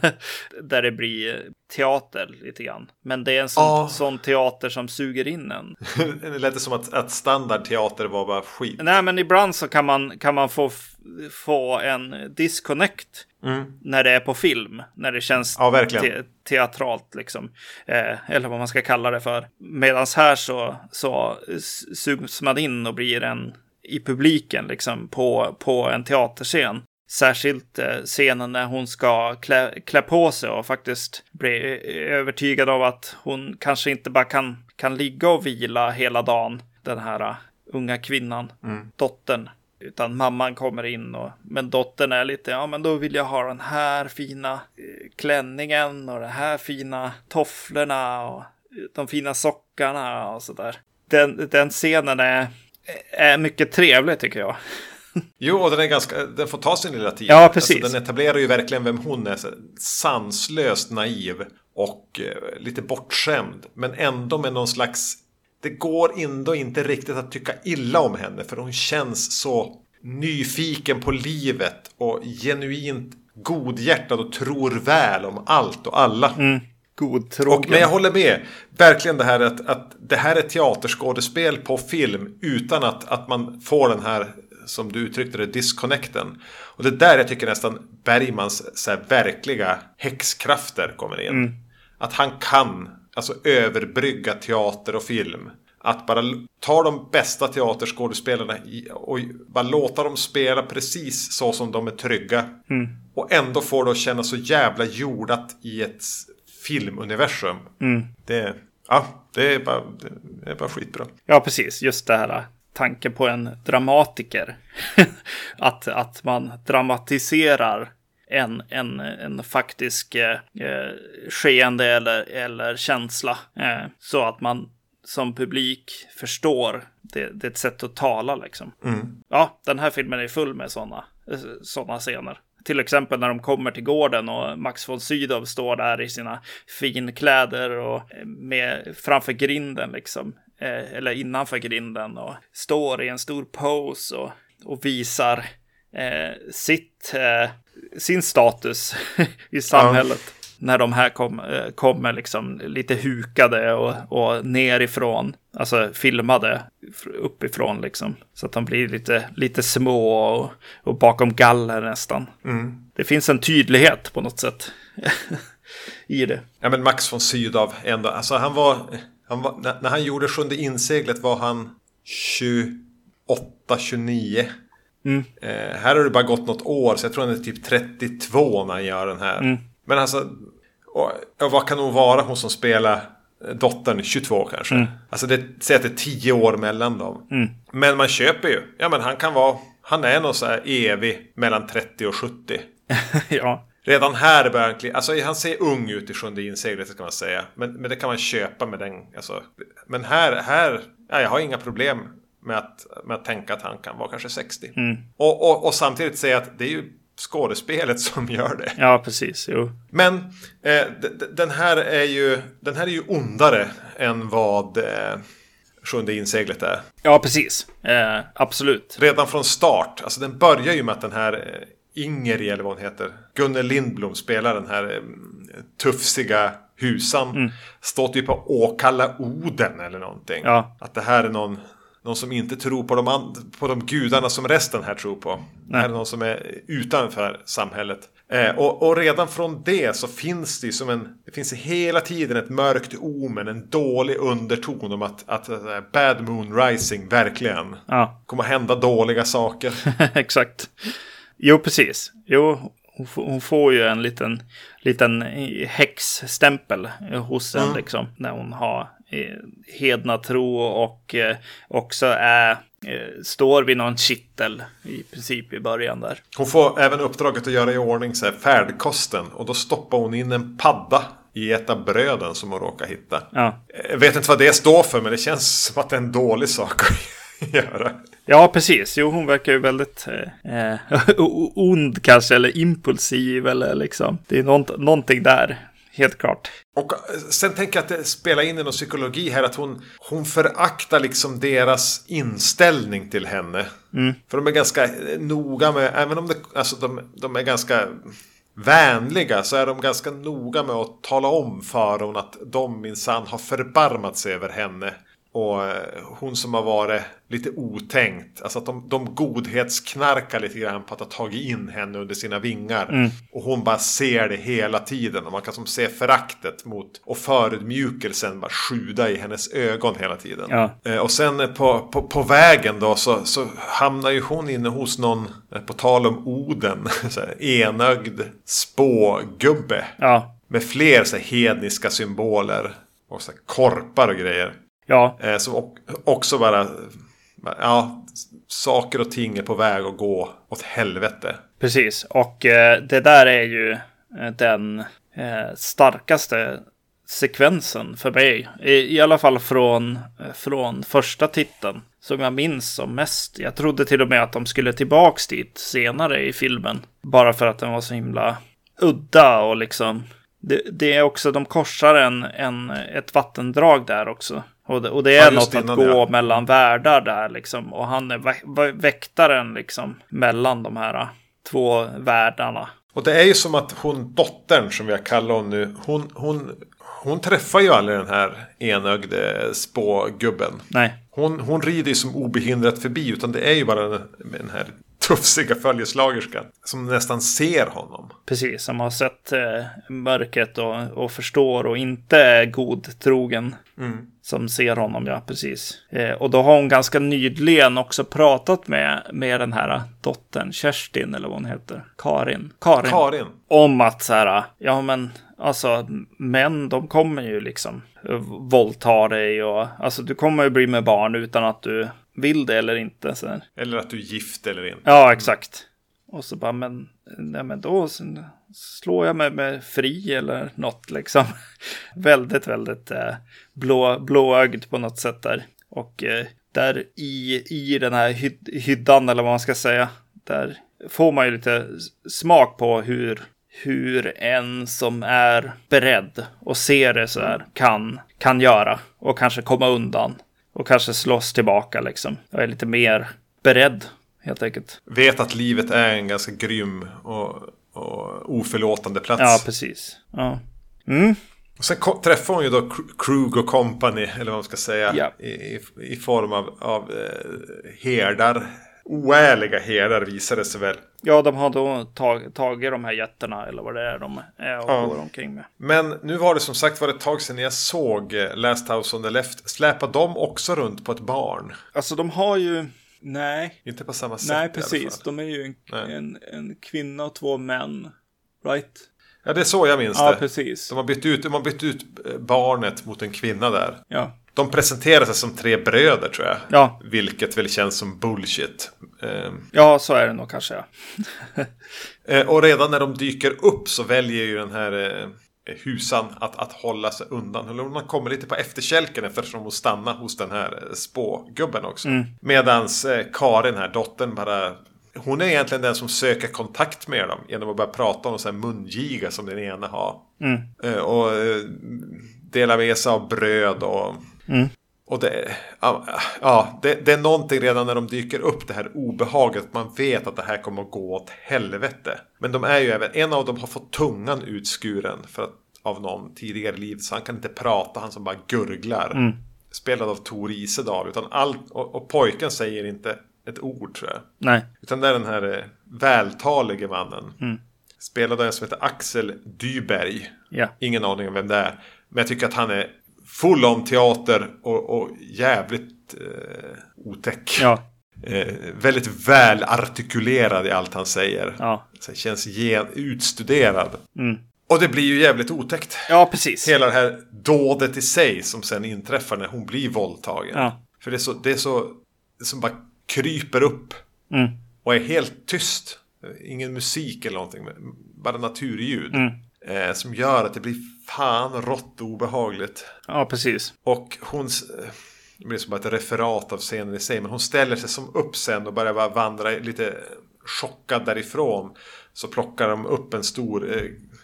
Där det blir teater lite grann. Men det är en sån, oh. sån teater som suger in en. Det lät som att, att standardteater var bara skit. Nej, men ibland så kan man, kan man få, få en disconnect. Mm. När det är på film. När det känns ja, te- teatralt liksom. Eh, eller vad man ska kalla det för. Medans här så, så sugs man in och blir en i publiken liksom på, på en teaterscen. Särskilt eh, scenen när hon ska klä, klä på sig och faktiskt bli övertygad av att hon kanske inte bara kan, kan ligga och vila hela dagen. Den här uh, unga kvinnan, mm. dottern. Utan mamman kommer in och, men dottern är lite, ja men då vill jag ha den här fina eh, klänningen och de här fina tofflorna och de fina sockarna och sådär. Den, den scenen är, är mycket trevlig tycker jag. Jo, och den är ganska, den får ta sin lilla tid. Ja, precis. Alltså, den etablerar ju verkligen vem hon är. Så sanslöst naiv och eh, lite bortskämd. Men ändå med någon slags... Det går ändå inte riktigt att tycka illa om henne. För hon känns så nyfiken på livet. Och genuint godhjärtad och tror väl om allt och alla. Mm. Godtrogen. Men jag håller med. Verkligen det här att, att det här är teaterskådespel på film. Utan att, att man får den här, som du uttryckte det, disconnecten. Och det är där jag tycker nästan Bergmans så här, verkliga häxkrafter kommer in. Mm. Att han kan... Alltså överbrygga teater och film. Att bara ta de bästa teaterskådespelarna och bara låta dem spela precis så som de är trygga. Mm. Och ändå får det att känna så jävla jordat i ett filmuniversum. Mm. Det, ja, det, är bara, det är bara skitbra. Ja, precis. Just det här tanken på en dramatiker. att, att man dramatiserar En, en, en faktisk eh, skeende eller, eller känsla. Eh, så att man som publik förstår det, det är ett sätt att tala liksom. Mm. Ja, den här filmen är full med sådana såna scener. Till exempel när de kommer till gården och Max von Sydow står där i sina finkläder och med, framför grinden liksom. Eh, eller innanför grinden och står i en stor pose och, och visar eh, sitt... Eh, sin status i samhället. Ja. När de här kom, kommer liksom lite hukade och, och nerifrån. Alltså filmade uppifrån liksom. Så att de blir lite, lite små och, och bakom galler nästan. Mm. Det finns en tydlighet på något sätt i det. Ja, men Max von Sydow ändå. Alltså han var, han var när, när han gjorde Sjunde inseglet var han tjugoåtta tjugonio. Mm. Eh, här har det bara gått något år, så jag tror han är typ trettiotvå när han gör den här. Mm. Men alltså, och, och vad kan hon vara, hon som spelar dottern, tjugotvå kanske. Mm. Alltså det säger att det är tio år mellan dem. Mm. Men man köper ju, ja men han kan vara, han är nog så här evig mellan trettio och sjuttio. Ja. Redan här börjar han, alltså han ser ung ut i Sjunde inseglet kan man säga. Men, men det kan man köpa med den, alltså. Men här, här, ja, jag har inga problem med att, med att tänka att han kan vara kanske sextio. Mm. Och, och, och samtidigt säga att det är ju skådespelet som gör det. Ja, precis. Jo. Men eh, d- d- den här är ju den här är ju ondare än vad eh, Sjunde inseglet är. Ja, precis. Eh, absolut. Redan från start. Alltså den börjar ju med att den här eh, Inger, eller vad hon heter, Gunnel Lindblom spelar den här eh, tufsiga husan. Mm. Står typ på åkalla Oden eller någonting. Ja. Att det här är någon någon som inte tror på de, and- på de gudarna som resten här tror på. Det här är någon som är utanför samhället. Eh, och, och redan från det så finns det som en, det finns hela tiden ett mörkt omen, en dålig underton om att, att uh, Bad Moon Rising verkligen ja. kommer att hända dåliga saker. Exakt. Jo, precis. Jo, hon, f- hon får ju en liten, liten häxstämpel hos en Mm. liksom, när hon har eh, hedna tro och eh, också är eh, står vid någon kittel i princip i början där. Hon får även uppdraget att göra i ordning så här, färdkosten, och då stoppar hon in en padda i ett av bröden som hon råkar hitta. Ja. Jag vet inte vad det står för, men det känns som att det är en dålig sak att göra. Ja, precis. Jo, hon verkar ju väldigt eh, ond kanske, eller impulsiv, eller liksom. Det är nånt- någonting där, helt klart. Och sen tänker jag att det spelar in i någon psykologi här, att hon, hon föraktar liksom deras inställning till henne. Mm. För de är ganska noga med, även om det, alltså de, de är ganska vänliga, så är de ganska noga med att tala om för hon att de minsann har förbarmat sig över henne. Och hon som har varit lite otänkt. Alltså att de, de godhetsknarkar lite grann på att ha tagit in henne under sina vingar. Mm. Och hon bara ser det hela tiden. Och man kan som se föraktet mot och förödmjukelsen bara sjuda i hennes ögon hela tiden. Ja. Eh, och sen på, på, på vägen då så, så hamnar ju hon inne hos någon, eh, på tal om Oden, så här, enögd spågubbe. Ja. Med fler så här, hedniska symboler. Och så här, korpar och grejer. Ja. Eh, som också bara, ja, saker och ting är på väg att gå åt helvete. Precis, och eh, det där är ju eh, den eh, starkaste sekvensen för mig. I, i alla fall från, eh, från första titeln, som jag minns som mest. Jag trodde till och med att de skulle tillbaks dit senare i filmen. Bara för att den var så himla udda och liksom... Det, det är också, de korsar en, en, ett vattendrag där också. Och det, och det är ja, något innan, att gå ja. mellan världar där liksom. Och han är vä- vä- väktaren liksom mellan de här två världarna. Och det är ju som att hon, dottern som jag kallar hon nu, hon, hon, hon träffar ju aldrig den här enögde spågubben. Nej. Hon, hon rider ju som obehindrat förbi, utan det är ju bara den, den här tufsiga följeslagerskan som nästan ser honom. Precis, som har sett eh, mörkret och, och förstår och inte är godtrogen. Mm. Som ser honom, ja, precis. Eh, och då har hon ganska nyligen också pratat med, med den här dottern, Kerstin, eller vad hon heter. Karin. Karin. Karin. Om att så här, ja men, alltså, män, de kommer ju liksom våldta dig och, alltså, du kommer ju bli med barn utan att du vill det eller inte. Så här. Eller att du är gift eller inte. Ja, exakt. Och så bara, men, nej, men då slår jag mig med fri eller något liksom. väldigt, väldigt eh, blå, blåögd på något sätt där. Och eh, där i, i den här hyd, hyddan, eller vad man ska säga, där får man ju lite smak på hur, hur en som är beredd och ser det så här kan, kan göra. Och kanske komma undan. Och kanske slåss tillbaka liksom. Jag är lite mer beredd. Helt enkelt. Vet att livet är en ganska grym och, och oförlåtande plats. Ja, precis. Ja. Mm. Och sen ko- träffar hon ju då Krug och Company, eller vad man ska säga, ja. i, i, i form av, av eh, herdar. Oärliga herdar visade sig väl. Ja, de har då tag, tagit de här jätterna, eller vad det är de är och ja. går omkring med. Men nu var det som sagt var ett tag sedan jag såg Last House on the Left. Släpar de också runt på ett barn? Alltså de har ju... Nej. Inte på samma sätt. Nej, precis. De är ju en, en, en kvinna och två män. Right? Ja, det är så jag minns ja, det. Precis. De har bytt ut, de har bytt ut barnet mot en kvinna där. Ja. De presenterar sig som tre bröder, tror jag. Ja. Vilket väl känns som bullshit. Ja, så är det nog kanske, ja. Och redan när de dyker upp så väljer ju den här husan att, att hålla sig undan. Eller hon kommer lite på efterkälken eftersom hon stannar hos den här spågubben också. Mm. Medans Karin här, dottern, bara... Hon är egentligen den som söker kontakt med dem genom att börja prata om så här mungiga som den ena har. Mm. Och dela med sig av bröd och... Mm. Och det, ja, det, det är någonting redan när de dyker upp, det här obehaget. Man vet att det här kommer att gå åt helvete. Men de är ju även, en av dem har fått tungan utskuren för att, av någon tidigare liv. Så han kan inte prata, han som bara gurglar. Mm. spelad av Tor Isedal. Utan all, och, och pojken säger inte ett ord, tror jag. Nej. Utan det är den här eh, vältalige mannen. Mm. Spelad av en som heter Axel Dyberg. Ja. Ingen aning om vem det är. Men jag tycker att han är full om teater och, och jävligt eh, otäck. Ja. Eh, väldigt väl artikulerad i allt han säger. Ja. Så känns gen- utstuderad. Mm. Och det blir ju jävligt otäckt. Ja, precis. Hela det här dådet i sig som sen inträffar när hon blir våldtagen. Ja. För det är så, det är så det som bara kryper upp Mm. och är helt tyst. Ingen musik eller någonting, bara naturljud. Mm. Eh, som gör att det blir fan rått och obehagligt. Ja, precis. Och hon, det blir som bara ett referat av scenen i sig, men hon ställer sig som upp sen och börjar bara vandra lite chockad därifrån. Så plockar de upp en stor eh,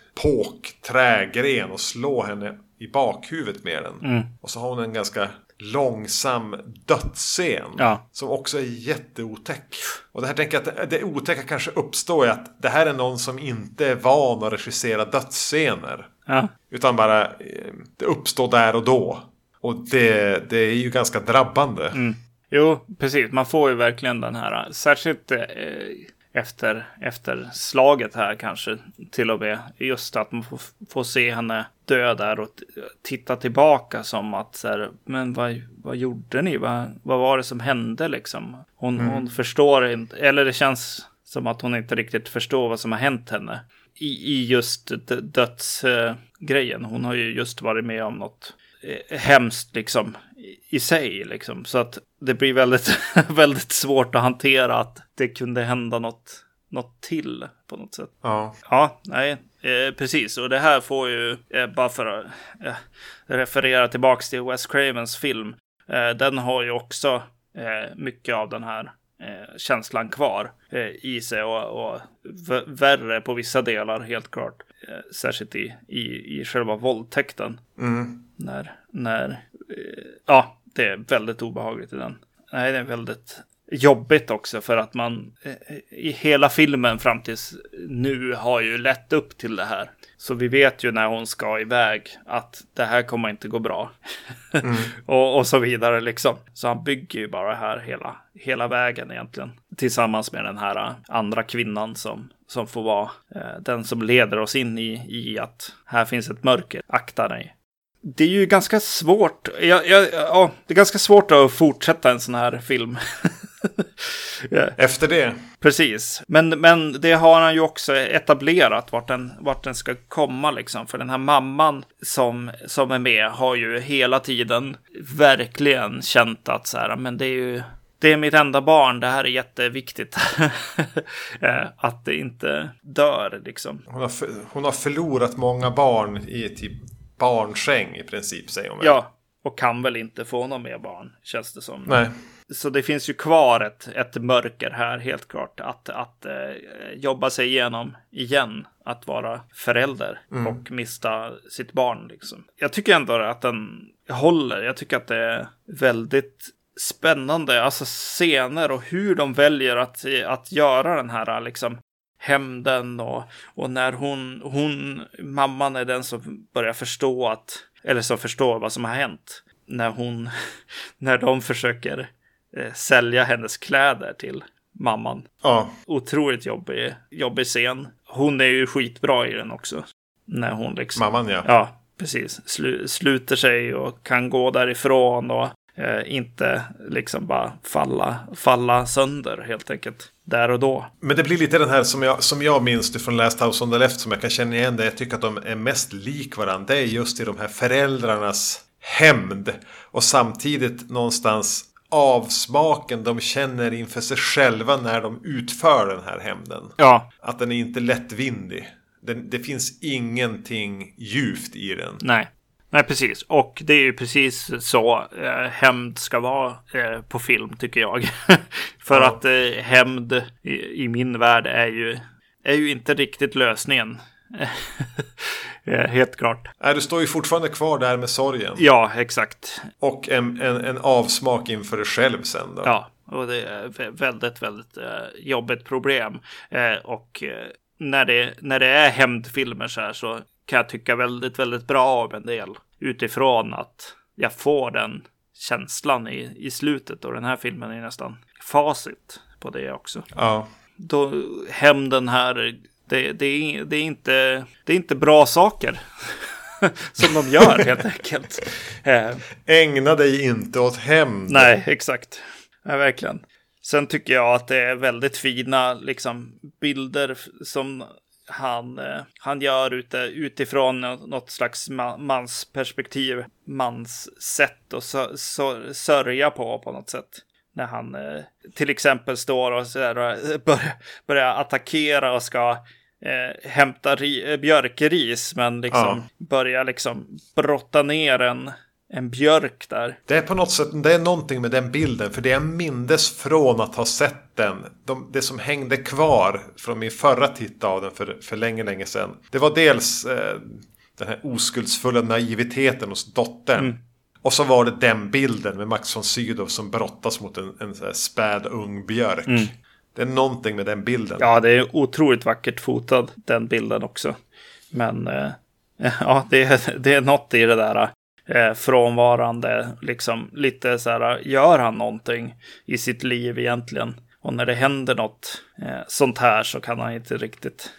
påk, trägren och slår henne i bakhuvudet med den. Mm. Och så har hon en ganska långsam dödsscen. Ja. Som också är jätteotäck. Och det här tänker jag att det otäcka kanske uppstår i att det här är någon som inte är van att regissera dödsscener. Ja. Utan bara eh, det uppstår där och då. Och det, det är ju ganska drabbande. Mm. Jo, precis. Man får ju verkligen den här, särskilt eh, efter, efter slaget här kanske till och med. Just att man får, får se henne dö där och t- titta tillbaka som att så här, men vad, vad gjorde ni? Vad, vad var det som hände liksom? Hon, Mm. hon förstår inte, eller det känns som att hon inte riktigt förstår vad som har hänt henne. I, i just d- dödsgrejen. Hon har ju just varit med om något eh, hemskt liksom i, i sig liksom. Så att det blir väldigt, väldigt svårt att hantera att det kunde hända något, något till på något sätt. Ja. Ja, nej, eh, precis. Och det här får ju, eh, bara för att eh, referera tillbaks till Wes Cravens film, eh, den har ju också eh, mycket av den här eh, känslan kvar eh, i sig och, och v- värre på vissa delar, helt klart. Eh, särskilt i, i, i själva våldtäkten. Mm. När, när eh, ja, det är väldigt obehagligt i den. Nej, det är väldigt jobbigt också för att man eh, i hela filmen fram tills nu har ju lett upp till det här. Så vi vet ju när hon ska iväg att det här kommer inte gå bra. Mm. och, och så vidare liksom. Så han bygger ju bara här hela, hela vägen egentligen. Tillsammans med den här andra kvinnan som, som får vara eh, den som leder oss in i, i att här finns ett mörker. Akta dig. Det är ju ganska svårt. Ja, ja, ja, det är ganska svårt att fortsätta en sån här film. yeah. Efter det. Precis. Men, men det har han ju också etablerat vart den, vart den ska komma liksom. För den här mamman som, som är med har ju hela tiden verkligen känt att så här, men det är ju det är mitt enda barn, det här är jätteviktigt. Att det inte dör liksom. Hon har, för, hon har förlorat många barn i typ barnsäng i princip, säger hon väl. Ja, och kan väl inte få någon mer barn, känns det som. Nej. Så det finns ju kvar ett, ett mörker här, helt klart. Att, att eh, jobba sig igenom igen. Att vara förälder mm. och mista sitt barn. Liksom. Jag tycker ändå att den håller. Jag tycker att det är väldigt spännande. Alltså scener och hur de väljer att, att göra den här liksom hämnden. Och, och när hon, hon, mamman är den som börjar förstå att, eller som förstår vad som har hänt. När hon, när de försöker Eh, sälja hennes kläder till mamman. Ja. Otroligt jobbig, jobbig scen. Hon är ju skitbra i den också. När hon liksom... Mamman, ja. Ja, precis. Slu, sluter sig och kan gå därifrån och eh, inte liksom bara falla, falla sönder helt enkelt. Där och då. Men det blir lite den här som jag, som jag minns det från Last House on the Left som jag kan känna igen det. Jag tycker att de är mest lik varandra. Det är just i de här föräldrarnas hämnd. Och samtidigt någonstans avsmaken de känner inför sig själva när de utför den här hämnden. Ja. Att den är inte lättvindig. Den, det finns ingenting djupt i den. Nej. Nej, precis. Och det är ju precis så eh, hämnd ska vara eh, på film, tycker jag. För ja. att eh, hämnd i, i min värld är ju, är ju inte riktigt lösningen. Helt klart. Nej, du står ju fortfarande kvar där med sorgen. Ja, exakt. Och en, en, en avsmak inför dig själv sen då. Ja, och det är väldigt, väldigt uh, jobbigt problem. Uh, och uh, när, det, när det är hämndfilmer så här så kan jag tycka väldigt, väldigt bra om en del. Utifrån att jag får den känslan i, i slutet. Och den här filmen är nästan facit på det också. Ja. Då hämnden här, det, det, är, det, är inte, det är inte bra saker som de gör helt enkelt. Eh, Ägna dig inte åt hämnd. nej, exakt. Ja, verkligen. Sen tycker jag att det är väldigt fina liksom, bilder som han, eh, han gör ute, utifrån något slags ma- mansperspektiv. Mans sätt att sö- sö- sörja på på något sätt. När han eh, till exempel står och, så där, och börjar, börjar attackera och ska eh, hämta ri- björkris. Men liksom Ja. börjar liksom brotta ner en, en björk där. Det är på något sätt, det är någonting med den bilden. För det jag mindes från att ha sett den. De, det som hängde kvar från min förra titt av den för, för länge, länge sedan. Det var dels eh, den här oskuldsfulla naiviteten hos dottern. Mm. Och så var det den bilden med Max von Sydow som brottas mot en, en så här späd ung björk. Mm. Det är någonting med den bilden. Ja, det är otroligt vackert fotad, den bilden också. Men eh, ja, det är, det är något i det där eh, frånvarande. Liksom lite så här, gör han någonting i sitt liv egentligen? Och när det händer något eh, sånt här så kan han inte riktigt...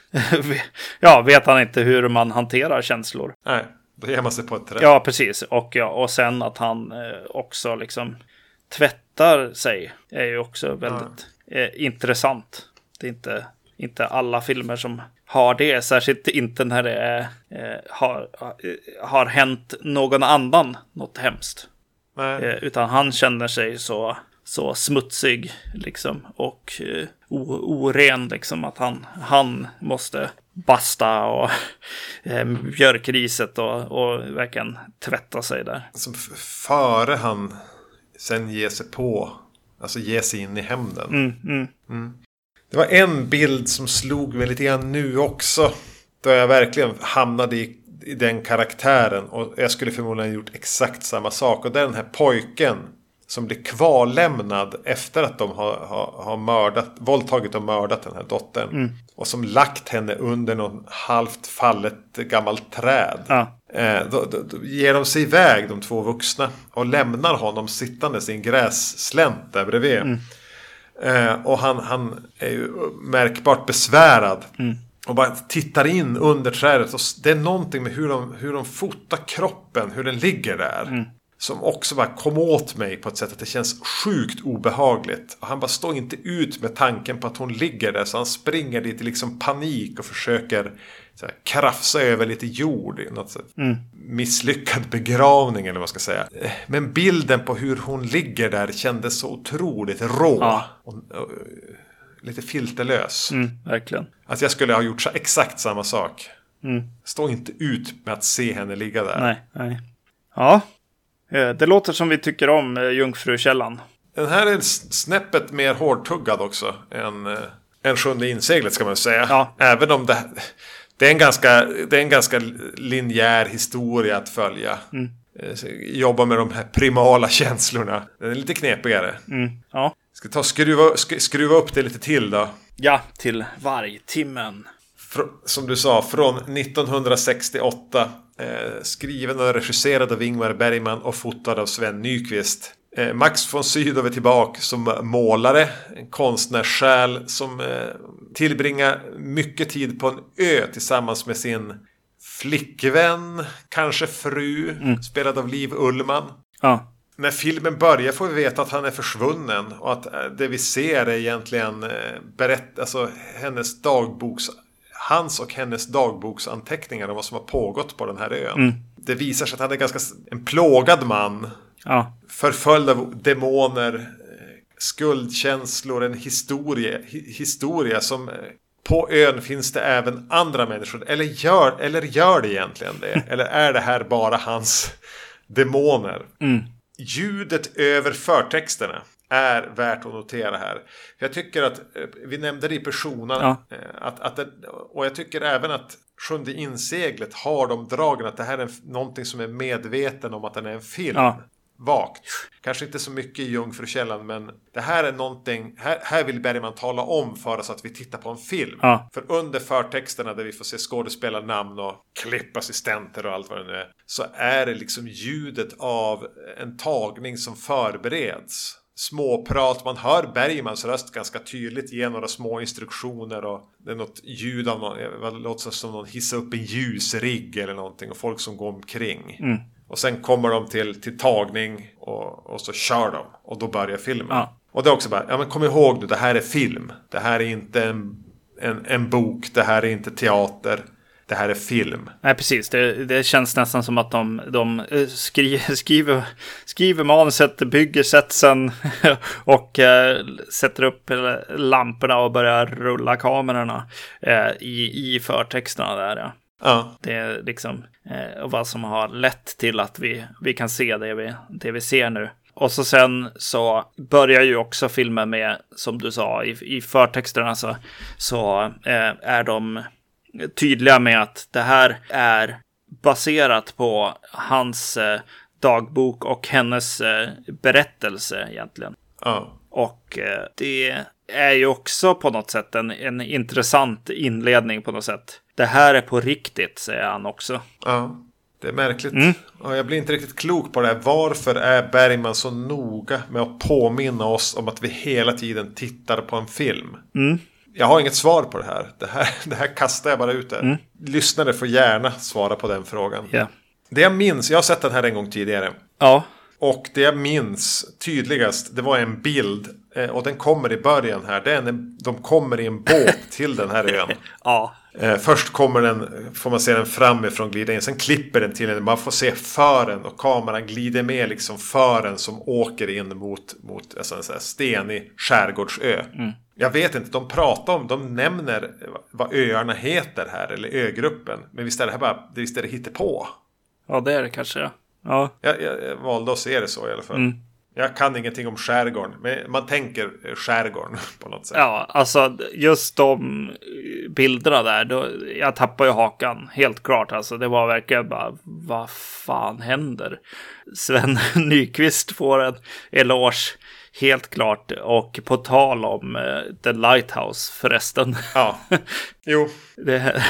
ja, vet han inte hur man hanterar känslor. Nej. Då ger man sig på ett träd. Ja, precis. Och, ja, och sen att han eh, också liksom tvättar sig är ju också väldigt ja. eh, intressant. Det är inte, inte alla filmer som har det. Särskilt inte när det är, eh, har, har hänt någon annan något hemskt. Eh, utan han känner sig så, så smutsig liksom, och eh, o, oren liksom, att han, han måste... basta och eh, björkriset och, och verkligen tvätta sig där. Som f- före han sen ger sig på, alltså ger sig in i hämnden. Mm, mm. Mm. Det var en bild som slog mig lite grann nu också. Då jag verkligen hamnade i, i den karaktären. Och jag skulle förmodligen ha gjort exakt samma sak. Och det är den här pojken som blir kvarlämnad efter att de har, har, har mördat, våldtagit och mördat den här dottern. Mm. Och som lagt henne under någon halvt fallet gammalt träd. Ja. Eh, då, då, då ger de sig iväg, de två vuxna. Och lämnar honom sittandes i en grässlänt där bredvid. Mm. Eh, och han, han är ju märkbart besvärad. Mm. Och bara tittar in under trädet. Och det är någonting med hur de, hur de fotar kroppen, hur den ligger där. Mm. Som också bara kom åt mig på ett sätt att det känns sjukt obehagligt. Och han bara står inte ut med tanken på att hon ligger där. Så han springer dit i liksom panik och försöker så här, krafsa över lite jord i något sätt. Mm. Misslyckad begravning eller vad man ska säga. Men bilden på hur hon ligger där kändes så otroligt rå. Ja. Och, och, lite filterlös. Mm, verkligen. Att jag skulle ha gjort så exakt samma sak. Mm. Stå inte ut med att se henne ligga där. Nej, nej. Ja. Det låter som vi tycker om eh, Jungfrukällan. Den här är snäppet mer hårdtuggad också än, äh, än Sjunde inseglet ska man säga. Ja. Även om det, det, är en ganska, det är en ganska linjär historia att följa. Mm. Jobba med de här primala känslorna. Den är lite knepigare. Mm. Ja. Ska ta skruva, skruva upp det lite till då. Ja, till vargtimmen. Fr- som du sa, från nittonhundrasextioåtta. Eh, skriven och regisserad av Ingmar Bergman och fotad av Sven Nykvist. Eh, Max von Sydow är tillbaka som målare. En konstnärssjäl som eh, tillbringar mycket tid på en ö tillsammans med sin flickvän, kanske fru, mm. spelad av Liv Ullmann. Ja. När filmen börjar får vi veta att han är försvunnen och att det vi ser är egentligen eh, berätt, alltså hennes dagboks hans och hennes dagboksanteckningar om vad som har pågått på den här ön. Mm. Det visar sig att han är ganska en plågad man. Ja. Förföljd av demoner, skuldkänslor, en historia, historia som på ön finns det även andra människor. Eller gör, eller gör det egentligen det? Eller är det här bara hans demoner? Mm. Ljudet över förtexterna är värt att notera här. Jag tycker att, vi nämnde det i Persona, ja. att, att det, och jag tycker även att Sjunde inseglet har de dragen att det här är någonting som är medveten om att den är en film. Ja. vagt. Kanske inte så mycket i Jungfrukällan, men det här är någonting, här, här vill Bergman tala om för oss att vi tittar på en film. Ja. För under förtexterna där vi får se skådespelarnamn och klippassistenter och allt vad det nu är, så är det liksom ljudet av en tagning som förbereds. Småprat, man hör Bergmans röst ganska tydligt ge några små instruktioner och det är något ljud av någon, det låter som någon hissar upp en ljusrigg eller någonting och folk som går omkring. Mm. Och sen kommer de till, till tagning och, och så kör de och då börjar filmen. Ja. Och det är också bara, ja men kom ihåg nu, det här är film. Det här är inte en, en, en bok, det här är inte teater. Det här är film. Nej, precis. Det, det känns nästan som att de, de skriver, skriver, skriver manuset, bygger setsen och eh, sätter upp lamporna och börjar rulla kamerorna eh, i, i förtexterna där. Ja. Ja. Det är liksom eh, vad som har lett till att vi, vi kan se det vi, det vi ser nu. Och så sen så börjar ju också filmen med, som du sa, i, i förtexterna så, så eh, är de tydliga med att det här är baserat på hans eh, dagbok och hennes eh, berättelse egentligen. Ja. Och eh, det är ju också på något sätt en, en intressant inledning på något sätt. Det här är på riktigt, säger han också. Ja, det är märkligt. Mm. Ja, jag blir inte riktigt klok på det här. Varför är Bergman så noga med att påminna oss om att vi hela tiden tittar på en film? Mm. Jag har inget svar på det här. Det här, det här kastar jag bara ut där. Mm. Lyssnare får gärna svara på den frågan. Yeah. Det jag minns, jag har sett den här en gång tidigare. Ja. Och det jag minns tydligast, det var en bild. Och den kommer i början här. Det är en, de kommer i en båt till den här ön. Ja. Eh, först kommer den, får man se den framifrån glida in. Sen klipper den till en. Man får se fören och kameran glider med liksom fören som åker in mot, mot alltså en sån här stenig skärgårdsö. Mm. Jag vet inte, de pratar om, de nämner vad öarna heter här, eller ögruppen. Men visst är det här bara, visst är det hittepå. Ja, det är det kanske, ja. Ja. Jag, jag, jag valde att se det så i alla fall. Mm. Jag kan ingenting om skärgården, men man tänker skärgården på något sätt. Ja, alltså just de bilderna där, då, jag tappar ju hakan, helt klart. Alltså det var verkligen bara, vad fan händer? Sven Nykvist får en eloge, helt klart. Och på tal om uh, The Lighthouse förresten. Ja, jo. det,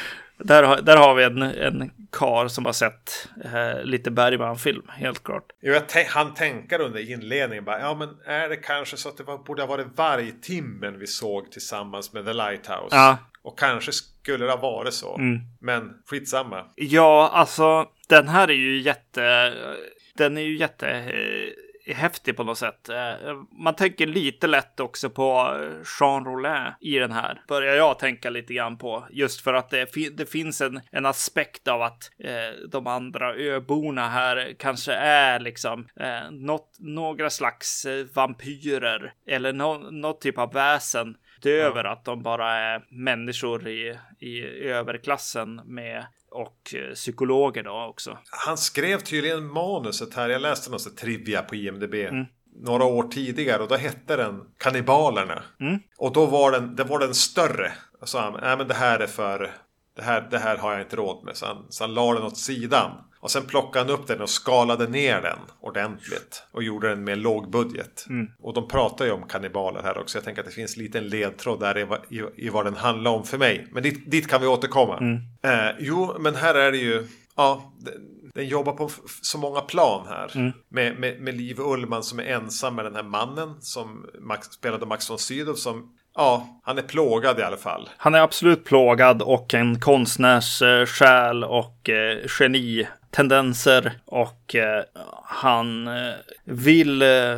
där, där har vi en, en kar som har sett eh, lite Bergman-film, helt klart. Jo, jag t- han tänker under inledningen bara, ja men är det kanske så att det var, borde ha varit Vargtimmen vi såg tillsammans med The Lighthouse? Ja. Och kanske skulle det ha varit så. Mm. Men skitsamma. Ja, alltså den här är ju jätte... Den är ju jätte... Eh, häftig på något sätt. Man tänker lite lätt också på Jean Rollin i den här. Börjar jag tänka lite grann på. Just för att det, fi- det finns en, en aspekt av att eh, de andra öborna här kanske är liksom eh, något, några slags eh, vampyrer. Eller no- något typ av väsen. Utöver ja. Att de bara är människor i, i överklassen med... och psykologer då också. Han skrev tydligen manuset här. Jag läste något trivia på I M D B mm. några år tidigare. Och då hette den Kannibalerna. Mm. Och då var den, det var den större. Och så han, nej men det här är för... Det här, det här har jag inte råd med. Så han, så han la den åt sidan. Och sen plockade han upp den och skalade ner den ordentligt. Och gjorde den med låg budget. Mm. Och de pratar ju om kannibaler här också. Jag tänker att det finns en liten ledtråd där i, i, i vad den handlar om för mig. Men dit, dit kan vi återkomma. Mm. Eh, jo, men här är det ju... Ja, den, den jobbar på så många plan här. Mm. Med, med, med Liv Ullman som är ensam med den här mannen. Som Max, spelade Max von Sydow som... Ja, han är plågad i alla fall. Han är absolut plågad och en konstnärs eh, själ och eh, genitendenser. Och eh, han eh, vill eh,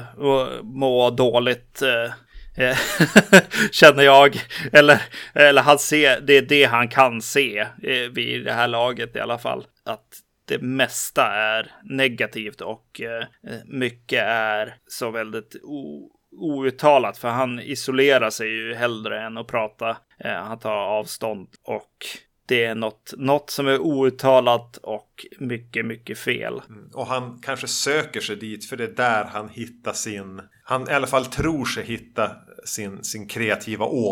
må dåligt, eh, känner jag. Eller, eller han ser, det är det han kan se eh, vid det här laget i alla fall. Att det mesta är negativt och eh, mycket är så väldigt o- outtalat, för han isolerar sig ju hellre än att prata. Eh, han tar avstånd och det är något, något som är outtalat och mycket, mycket fel. Mm. Och han kanske söker sig dit för det är där han hittar sin... Han i alla fall tror sig hitta sin, sin kreativa ådra.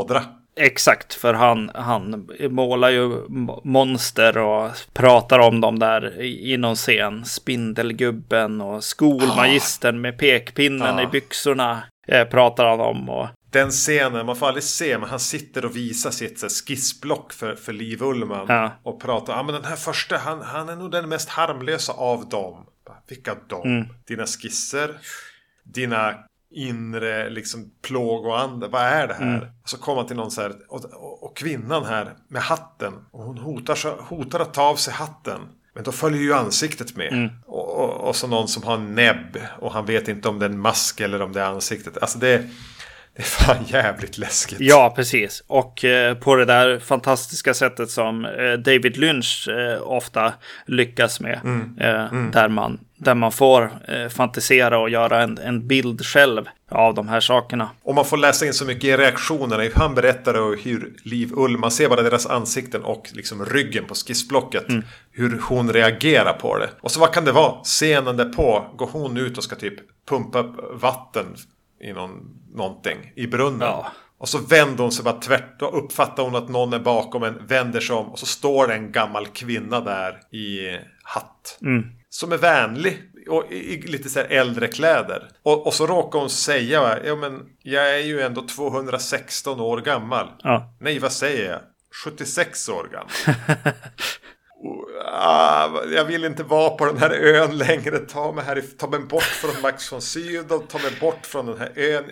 Exakt, för han, han målar ju monster och pratar om dem där i, i någon scen. Spindelgubben och skolmagistern oh. med pekpinnen oh. i byxorna eh, pratar han om. Och... Den scenen, man får aldrig se, men han sitter och visar sitt så, skissblock för, för Liv Ullmann. Ja. Och pratar, ja men den här första, han, han är nog den mest harmlösa av dem. Vilka dem? Mm. Dina skisser, dina inre liksom plåg och ande. Vad är det här? Mm. Så kommer han till någon så här, och, och, och kvinnan här med hatten. Och hon hotar, hotar att ta av sig hatten. Men då följer ju ansiktet med. Mm. Och, och, och så någon som har en näbb. Och han vet inte om det är en mask eller om det är ansiktet. Alltså det, det är fan jävligt läskigt. Ja, precis. Och eh, på det där fantastiska sättet som eh, David Lynch eh, ofta lyckas med. Mm. Eh, mm. Där man Där man får eh, fantisera och göra en, en bild själv av de här sakerna. Och man får läsa in så mycket i reaktionerna. Han berättar hur Liv Ullmann, man ser bara deras ansikten och liksom ryggen på skissblocket. Mm. Hur hon reagerar på det. Och så vad kan det vara? Scenen därpå går hon ut och ska typ pumpa upp vatten i någon, någonting i brunnen. Ja. Och så vänder hon sig bara tvärt och uppfattar hon att någon är bakom en, vänder sig om och så står det en gammal kvinna där i hatt. Mm. Som är vänlig och i lite så här äldre kläder. Och, och så råkar hon säga, ja men jag är ju ändå tvåhundrasexton år gammal. Ja. Nej, vad säger jag? sjuttiosex år gammal. och, ah, jag vill inte vara på den här ön längre. Ta mig, här, ta mig bort från Max von Sydow. Ta mig bort från den här ön.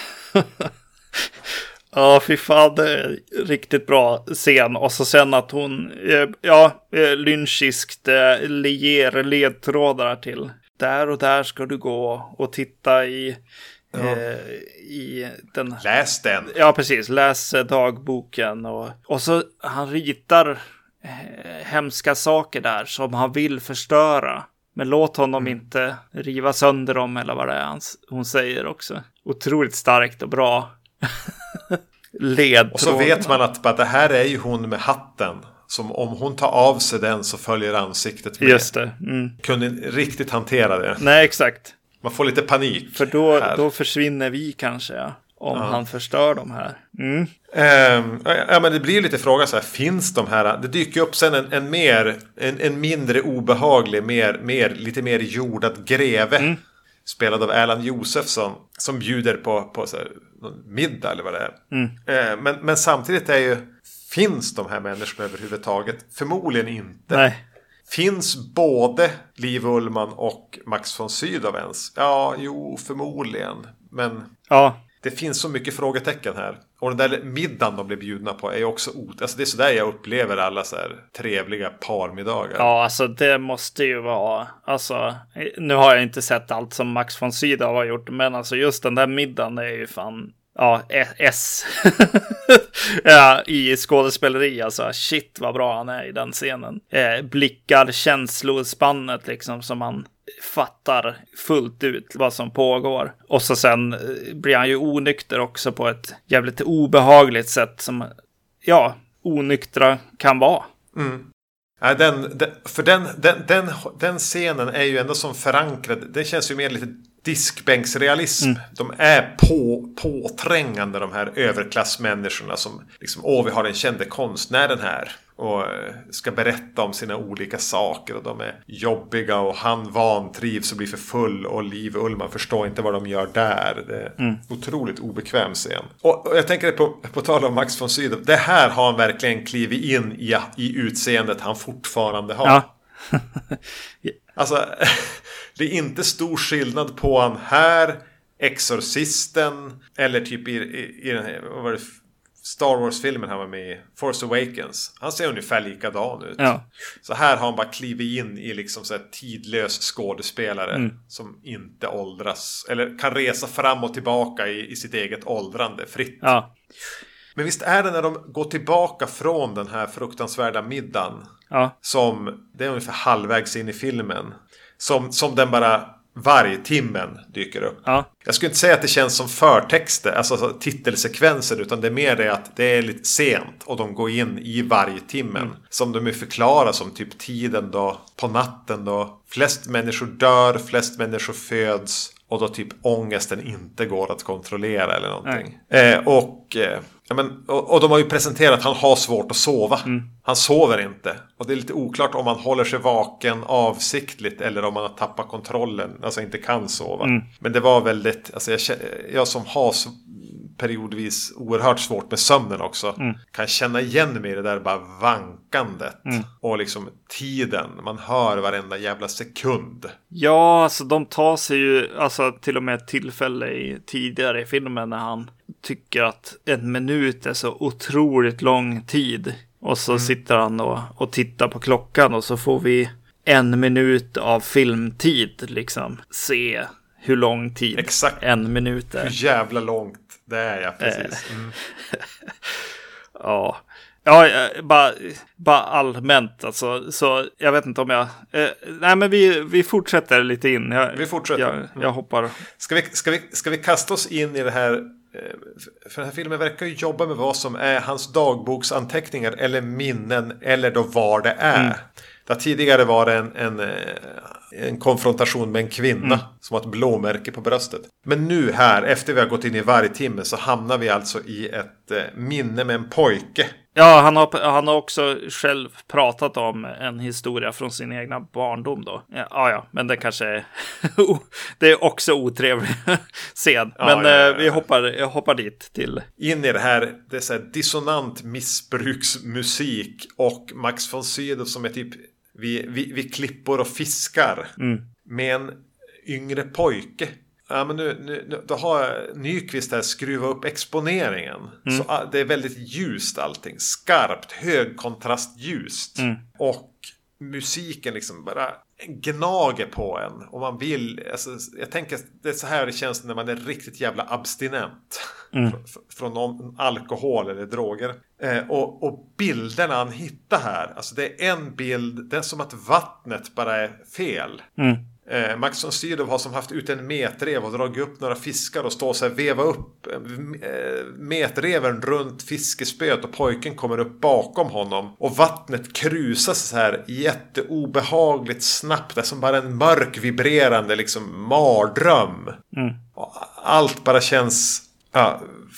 Ja, fy fan, det är riktigt bra scen. Och så sen att hon, ja, lynchiskt ger ledtrådar till. Där och där ska du gå och titta i, ja. eh, i den. Läs den. Ja, precis. Läs dagboken. Och, och så han ritar eh, hemska saker där som han vill förstöra. Men låt honom mm. inte riva sönder dem eller vad det är hon säger också. Otroligt starkt och bra. Och så vet man att, att det här är ju hon med hatten. Som om hon tar av sig den så följer ansiktet med. Just det. Mm. Kunde riktigt hantera det. Nej, exakt. Man får lite panik. För då, då försvinner vi kanske, ja. Om ja. han förstör de här. Mm. Um, ja, men det blir lite fråga så här. Finns de här? Det dyker upp sen en, en mer en, en mindre obehaglig, mer, mer, lite mer jordad greve. Mm. Spelad av Erland Josephson. Som bjuder på, på så här, middag eller vad det är. Mm. Uh, men, men samtidigt är ju, finns de här människorna överhuvudtaget? Förmodligen inte. Nej. Finns både Liv Ullmann och Max von Sydow ens? Ja, jo, förmodligen. Men ja. Det finns så mycket frågetecken här. Och den där middagen de blir bjudna på är ju också ot. Alltså det är så där jag upplever alla så här trevliga parmiddagar. Ja, alltså det måste ju vara. Alltså, nu har jag inte sett allt som Max von Sydow har gjort. Men alltså just den där middagen är ju fan... Ja, S. ja, i skådespeleri alltså. Shit vad bra han är i den scenen. Eh, blickar känslospannet liksom som man fattar fullt ut vad som pågår. Och så sen blir han ju onykter också på ett jävligt obehagligt sätt som, ja, onyktra kan vara. Mm. Ja, den, den, för den, den, den, den scenen är ju ändå som förankrad. Den känns ju mer lite diskbänksrealism. Mm. De är på, påträngande, de här överklassmänniskorna som liksom, åh, vi har den kände konstnären här och ska berätta om sina olika saker och de är jobbiga och han vantrivs och blir för full och Liv Ullmann förstår inte vad de gör där. Det är mm. otroligt obekväm scen. Och, och jag tänker på, på tal om Max von Sydow, det här har han verkligen klivit in i, i utseendet han fortfarande har. Ja. Alltså, det är inte stor skillnad på han här, Exorcisten eller typ i, i, i den här, vad var det, Star Wars-filmen han var med i, Force Awakens. Han ser ungefär likadan ut. Ja. Så här har han bara klivit in i liksom så här tidlös skådespelare mm. som inte åldras eller kan resa fram och tillbaka i, i sitt eget åldrande fritt. Ja. Men visst är det när de går tillbaka från den här fruktansvärda middagen ja. som, det är ungefär halvvägs in i filmen, som, som den bara varje timmen dyker upp. Ja. Jag skulle inte säga att det känns som förtexter, alltså titelsekvenser, utan det är mer det att det är lite sent och de går in i varje timmen. Mm. Som de är förklara som typ tiden då, på natten då. Flest människor dör, flest människor föds och då typ ångesten inte går att kontrollera eller någonting. Eh, och, eh, ja, men, och, och de har ju presenterat att han har svårt att sova. Mm. Han sover inte. Och det är lite oklart om han håller sig vaken avsiktligt eller om han har tappat kontrollen, alltså inte kan sova. Mm. Men det var väldigt, alltså jag, jag som har periodvis oerhört svårt med sömnen också, mm. kan känna igen mig i det där bara vankandet mm. och liksom tiden, man hör varenda jävla sekund. Ja, alltså de tar sig ju alltså till och med ett tillfälle i, tidigare i filmen när han tycker att en minut är så otroligt lång tid och så mm. sitter han och, och tittar på klockan och så får vi en minut av filmtid liksom se hur lång tid Exakt. en minut är. Hur jävla långt det är, ja, precis. Mm. ja. Ja, bara, bara allmänt alltså. Så jag vet inte om jag... Eh, nej, men vi, vi fortsätter lite in. Jag, vi fortsätter. Jag, jag hoppar. Ska vi, ska, vi, ska vi kasta oss in i det här... För den här filmen verkar ju jobba med vad som är hans dagboksanteckningar eller minnen eller då var det är. Mm. Där tidigare var det en, en, en konfrontation med en kvinna mm. som har ett blåmärke på bröstet. Men nu här, efter vi har gått in i varje timme, så hamnar vi alltså i ett eh, minne med en pojke. Ja, han har, han har också själv pratat om en historia från sin egna barndom då. Ja, ja, men det kanske är, det är också otrevlig scen. Ja, men ja, ja, ja. vi hoppar, hoppar dit till. In i det här, det är så här dissonant missbruksmusik och Max von Sydow som är typ vid, vid, vid klippor och fiskar mm. med en yngre pojke. Ja, men nu, nu, då har Nyqvist här skruvat upp exponeringen. Mm. Så det är väldigt ljust allting. Skarpt, högkontrastljust. Mm. Och musiken liksom bara gnager på en. Och man vill, alltså, jag tänker det är så här det känns när man är riktigt jävla abstinent. Mm. Fr- från någon alkohol eller droger. Eh, och, och bilderna han hittar här. Alltså det är en bild, det är som att vattnet bara är fel. Mm. Eh, Max von Sydow har som haft ut en metrev och dragit upp några fiskar och stå så här, veva upp eh, metreven runt fiskespöet och pojken kommer upp bakom honom och vattnet krusas så här jätteobehagligt snabbt. Det är som bara en mörk vibrerande liksom mardröm. Mm. Och allt bara känns ja,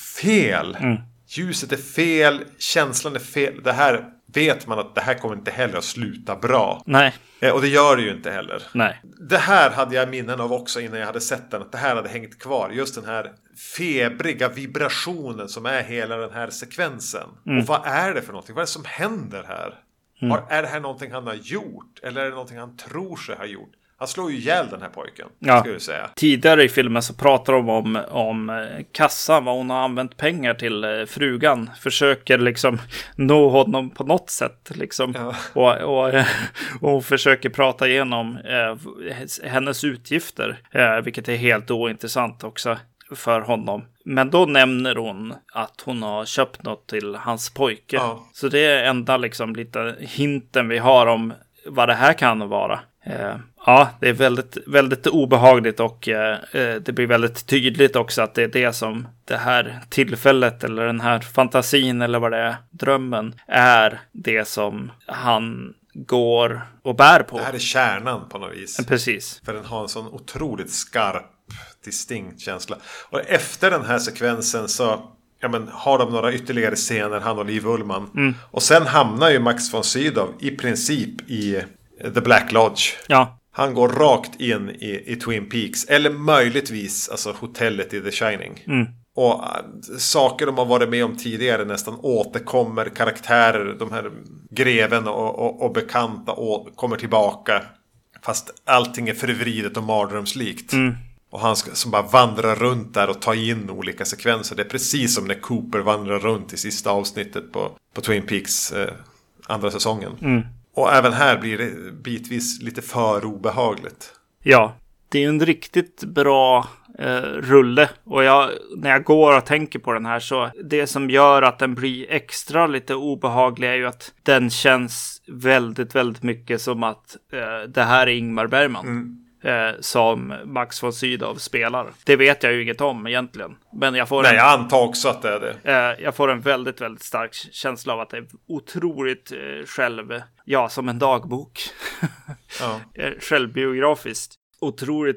fel. Mm. Ljuset är fel, känslan är fel. Det här vet man att det här kommer inte heller att sluta bra. Nej. Och det gör det ju inte heller. Nej. Det här hade jag minnen av också innan jag hade sett den. Att det här hade hängt kvar. Just den här febriga vibrationen som är hela den här sekvensen. Mm. Och vad är det för någonting? Vad är det som händer här? Mm. Har, är det här någonting han har gjort? Eller är det någonting han tror sig ha gjort? Han slår ju ihjäl den här pojken, ja. Ska jag säga. Tidigare i filmen så pratar de om, om kassan, vad hon har använt pengar till. Frugan försöker liksom nå honom på något sätt. Liksom. Ja. Och, och, och hon försöker prata igenom eh, hennes utgifter. Eh, vilket är helt ointressant också för honom. Men då nämner hon att hon har köpt något till hans pojke. Ja. Så det är enda liksom lite hinten vi har om vad det här kan vara. Eh, ja, det är väldigt, väldigt obehagligt och eh, det blir väldigt tydligt också att det är det som det här tillfället eller den här fantasin eller vad det är, drömmen, är det som han går och bär på. Det här är kärnan på något vis. Eh, precis. För den har en sån otroligt skarp, distinkt känsla. Och efter den här sekvensen så ja, men, har de några ytterligare scener, han och Liv Ullmann. Mm. Och sen hamnar ju Max von Sydow i princip i The Black Lodge. Ja. Han går rakt in i, i Twin Peaks. Eller möjligtvis alltså hotellet i The Shining. Mm. Och äh, saker de har varit med om tidigare nästan återkommer. Karaktärer, de här greven och, och, och bekanta och kommer tillbaka. Fast allting är förvridet och mardrömslikt. Mm. Och han ska, som bara vandrar runt där och tar in olika sekvenser. Det är precis som när Cooper vandrar runt i sista avsnittet på, på Twin Peaks eh, andra säsongen. Mm. Och även här blir det bitvis lite för obehagligt. Ja, det är en riktigt bra eh, rulle. Och jag, när jag går och tänker på den här så det som gör att den blir extra lite obehaglig är ju att den känns väldigt, väldigt mycket som att eh, det här är Ingmar Bergman. Mm. Eh, som Max von Sydow spelar. Det vet jag ju inget om egentligen. Men jag får Nej, en, jag antar också att det är det. Eh, jag får en väldigt, väldigt stark känsla av att det är otroligt eh, själv... Ja, som en dagbok. Ja. Självbiografiskt. Otroligt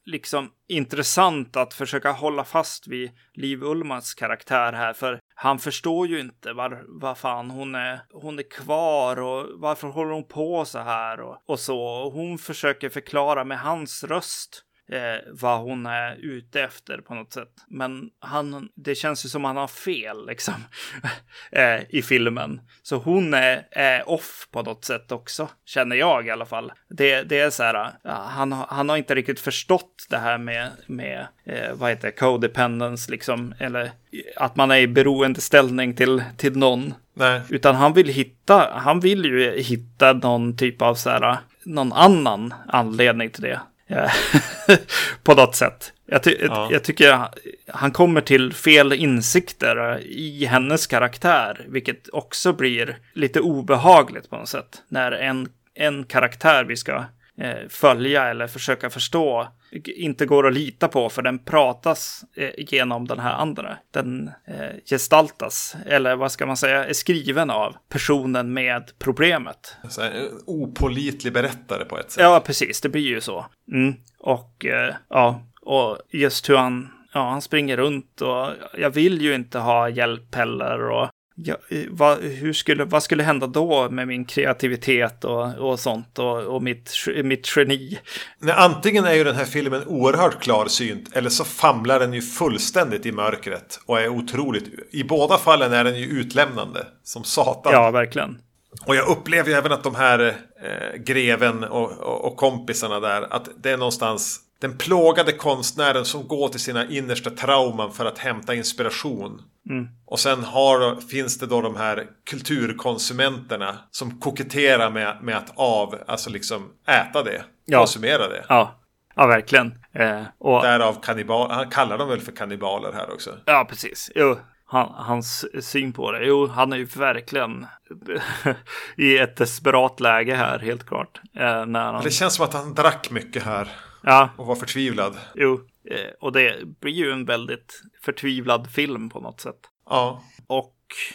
liksom intressant att försöka hålla fast vid Liv Ullmanns karaktär här, för han förstår ju inte var, vad fan hon är, hon är kvar och varför håller hon på så här och, och så. Och hon försöker förklara med hans röst Eh, vad hon är ute efter på något sätt. Men han, det känns ju som han har fel liksom eh, i filmen. Så hon är, är off på något sätt också, känner jag i alla fall. Det, det är så här, ja, han, han har inte riktigt förstått det här med, med eh, vad heter det, codependence liksom, eller att man är i beroendeställning till, till någon. Nej. Utan han vill hitta, han vill ju hitta någon typ av så här, någon annan anledning till det. På något sätt. Jag, ty- ja. jag tycker han kommer till fel insikter i hennes karaktär, vilket också blir lite obehagligt på något sätt. När en, en karaktär vi ska eh, följa eller försöka förstå inte går att lita på, för den pratas eh, genom den här andra. Den eh, gestaltas, eller vad ska man säga, är skriven av personen med problemet. Så en opålitlig berättare på ett sätt. Ja, precis. Det blir ju så. Mm. Och eh, ja, och just hur han, ja, han springer runt, och jag vill ju inte ha hjälp heller, och ja, vad, hur skulle, vad skulle hända då med min kreativitet och, och sånt och, och mitt, mitt geni? Nej, antingen är ju den här filmen oerhört klarsynt, eller så famlar den ju fullständigt i mörkret och är otroligt. I båda fallen är den ju utlämnande som satan. Ja, verkligen. Och jag upplever ju även att de här eh, greven och, och, och kompisarna där, att det är någonstans den plågade konstnären som går till sina innersta trauman för att hämta inspiration. Mm. Och sen har, finns det då de här kulturkonsumenterna som koketterar med, med att av, alltså liksom äta det, ja. Konsumera det. Ja, ja verkligen. Eh, och... Därav kannibal, han kallar dem väl för kannibaler här också. Ja, precis. Jo. Han, hans syn på det. Jo, han är ju verkligen i ett desperat läge här, helt klart. Eh, när han... Det känns som att han drack mycket här. Ja. Och var förtvivlad. Jo, eh, och det blir ju en väldigt förtvivlad film på något sätt. Ja. Och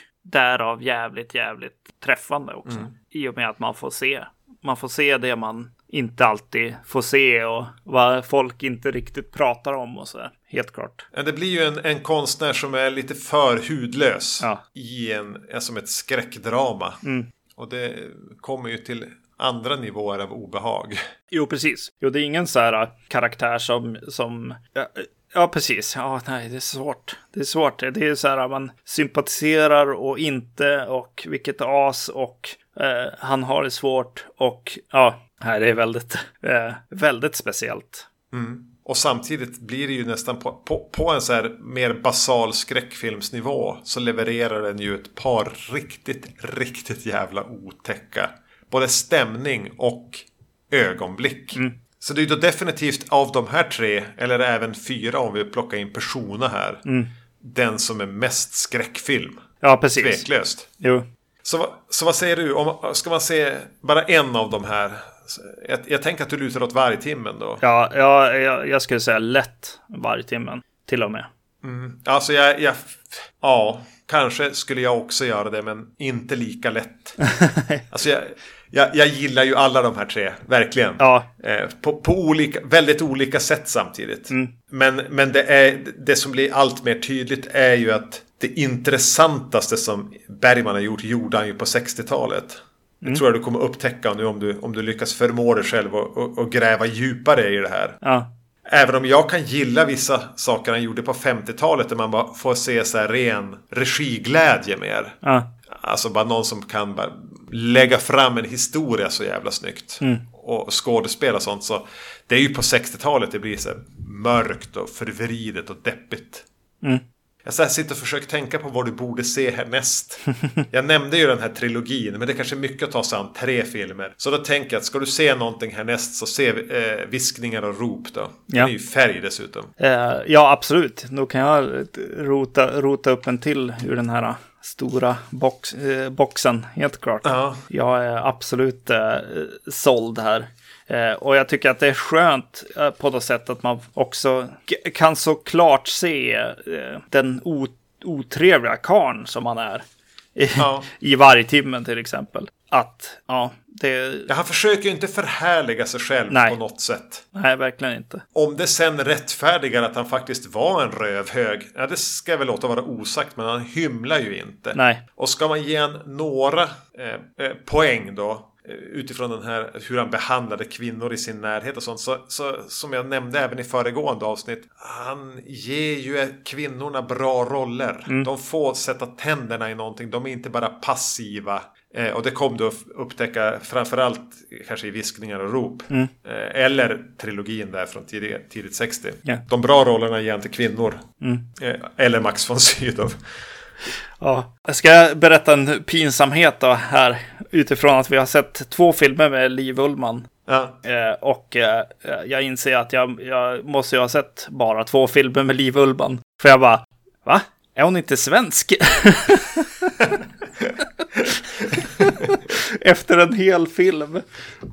därav jävligt, jävligt träffande också. Mm. I och med att man får se. Man får se det man inte alltid får se, och vad folk inte riktigt pratar om och så här. Helt klart. Ja, det blir ju en, en konstnär som är lite för hudlös, ja. i en, som ett skräckdrama. Mm. Och det kommer ju till andra nivåer av obehag. Jo, precis. Jo, det är ingen så här karaktär som... som ja, ja, precis. Ja, nej, det är svårt. Det är svårt. Det är så här man sympatiserar och inte, och vilket as, och eh, han har det svårt, och ja, nej, det är väldigt, eh, väldigt speciellt. Mm. Och samtidigt blir det ju nästan på, på, på en så här mer basal skräckfilmsnivå så levererar den ju ett par riktigt, riktigt jävla otäcka både stämning och ögonblick. Mm. Så det är ju då definitivt av de här tre, eller även fyra om vi plockar in Persona här, mm. den som är mest skräckfilm. Ja, precis. Tveklöst. Jo. Så, så vad säger du? Om, ska man se bara en av de här? Jag, jag tänker att du lutar åt Vargtimmen då. Ja, ja jag, jag skulle säga lätt Vargtimmen, till och med. Mm. Alltså jag, jag... Ja, kanske skulle jag också göra det, men inte lika lätt. Alltså jag... Jag, jag gillar ju alla de här tre, verkligen. Ja. Eh, på på olika, väldigt olika sätt samtidigt. Mm. Men, men det, är, det som blir allt mer tydligt är ju att det intressantaste som Bergman har gjort, gjorde han ju på sextiotalet. Mm. Det tror jag du kommer upptäcka nu om du, om du lyckas förmå dig själv och, och, och gräva djupare i det här. Ja. Även om jag kan gilla vissa saker han gjorde på femtiotalet där man bara får se så här ren regiglädje mer. Ja. Alltså bara någon som kan bara lägga fram en historia så jävla snyggt. Mm. Och skådespela och sånt. Så det är ju på sextiotalet det blir så mörkt och förvridet och deppigt. Mm. Jag så här sitter och försöker tänka på vad du borde se härnäst. Jag nämnde ju den här trilogin, men det är kanske är mycket att ta sig an tre filmer. Så då tänker jag att ska du se någonting härnäst så se eh, Viskningar och rop då. Det ja. är ju färg dessutom. Eh, ja, absolut. Då kan jag rota, rota upp en till ur den här stora box, eh, boxen, helt klart. Ja. Jag är absolut eh, såld här. Eh, och jag tycker att det är skönt eh, på något sätt att man också g- kan så klart se eh, den o- otrevliga karn som han är. i, ja. i varje timmen till exempel. Att, ja, det... Ja, han försöker ju inte förhärliga sig själv Nej. på något sätt. Nej, verkligen inte. Om det sen rättfärdigar att han faktiskt var en rövhög, ja, det ska väl låta vara osagt, men han hymlar ju inte. Nej. Och ska man ge en några eh, eh, poäng då, utifrån den här hur han behandlade kvinnor i sin närhet och sånt, så, så som jag nämnde även i föregående avsnitt, han ger ju kvinnorna bra roller. Mm. De får sätta tänderna i någonting, de är inte bara passiva. Eh, och det kom du att upptäcka framförallt kanske i viskningar och rop. Mm. Eh, eller trilogin där från tidigt, tidigt sextio. Yeah. De bra rollerna ger han till kvinnor. Mm. Eh, eller Max von Sydow. Ja, jag ska berätta en pinsamhet då här. Utifrån att vi har sett två filmer med Liv Ullmann. Ja. Eh, och eh, jag inser att jag, jag måste ju ha sett bara två filmer med Liv Ullmann. För jag bara, va? Är hon inte svensk? Efter en hel film.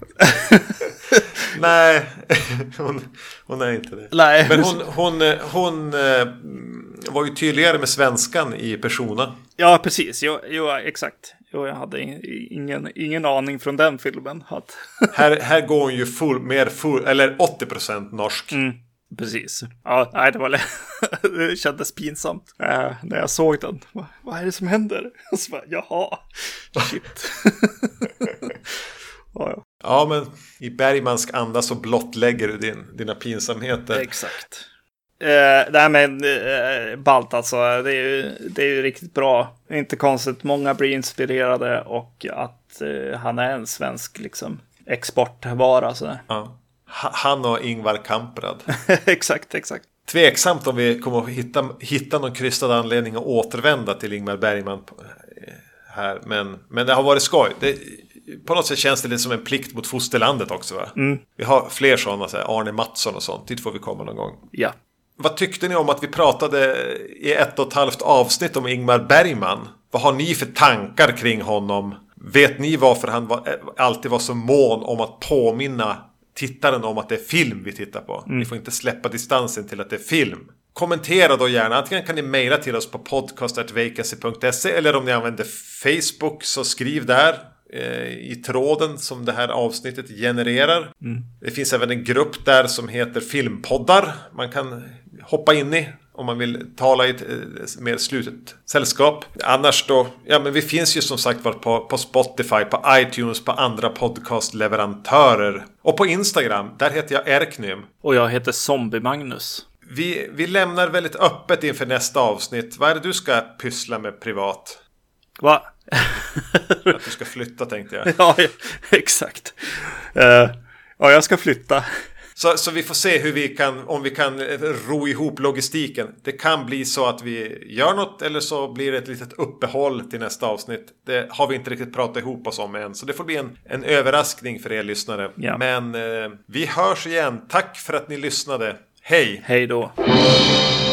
Nej, hon, hon är inte det. Nej. Men hon, hon, hon, hon var ju tydligare med svenskan i Persona. Ja, precis. Jo, jo exakt. Jo, jag hade ingen, ingen aning från den filmen. Att... här, här går hon ju full, mer full, eller åttio procent norsk. Mm, precis. Ja, nej, det var det kändes pinsamt äh, när jag såg den. Va, vad är det som händer? Och så bara, jaha, shit. ja, ja. ja, men i Bergmansk anda så blottlägger du din, dina pinsamheter. Exakt. Eh, det här med eh, Balt alltså, det är, ju, det är ju riktigt bra. Inte konstigt, många blir inspirerade och att eh, han är en svensk liksom, exportvara. Så. Ja. Han och Ingvar Kamprad. exakt, exakt. Tveksamt om vi kommer att hitta, hitta någon krystad anledning att återvända till Ingmar Bergman här. Men, men det har varit skoj. Det, på något sätt känns det lite som en plikt mot fosterlandet också, va? Mm. Vi har fler sådana, så här, Arne Mattsson och sånt. Dit får vi komma någon gång. Ja. Vad tyckte ni om att vi pratade i ett och ett halvt avsnitt om Ingmar Bergman? Vad har ni för tankar kring honom? Vet ni varför han var, alltid var så mån om att påminna tittaren om att det är film vi tittar på? Mm. Ni får inte släppa distansen till att det är film. Kommentera då gärna. Antingen kan ni mejla till oss på podcast snabel-a vacancy punkt se, eller om ni använder Facebook så skriv där eh, i tråden som det här avsnittet genererar. Mm. Det finns även en grupp där som heter Filmpoddar. Man kan hoppa in i om man vill tala i ett eh, mer slutet sällskap. Annars då, ja men vi finns ju som sagt var på, på Spotify, på iTunes, på andra podcastleverantörer. Och på Instagram, där heter jag Erknym. Och jag heter Zombie Magnus. Vi, vi lämnar väldigt öppet inför nästa avsnitt. Vad är det du ska pyssla med privat? Va? Att du ska flytta, tänkte jag. Ja, exakt. Uh, ja, jag ska flytta. Så, så vi får se hur vi kan, om vi kan ro ihop logistiken. Det kan bli så att vi gör något, eller så blir det ett litet uppehåll till nästa avsnitt. Det har vi inte riktigt pratat ihop oss om än. Så det får bli en, en överraskning för er lyssnare. Ja. Men eh, vi hörs igen. Tack för att ni lyssnade. Hej! Hej då!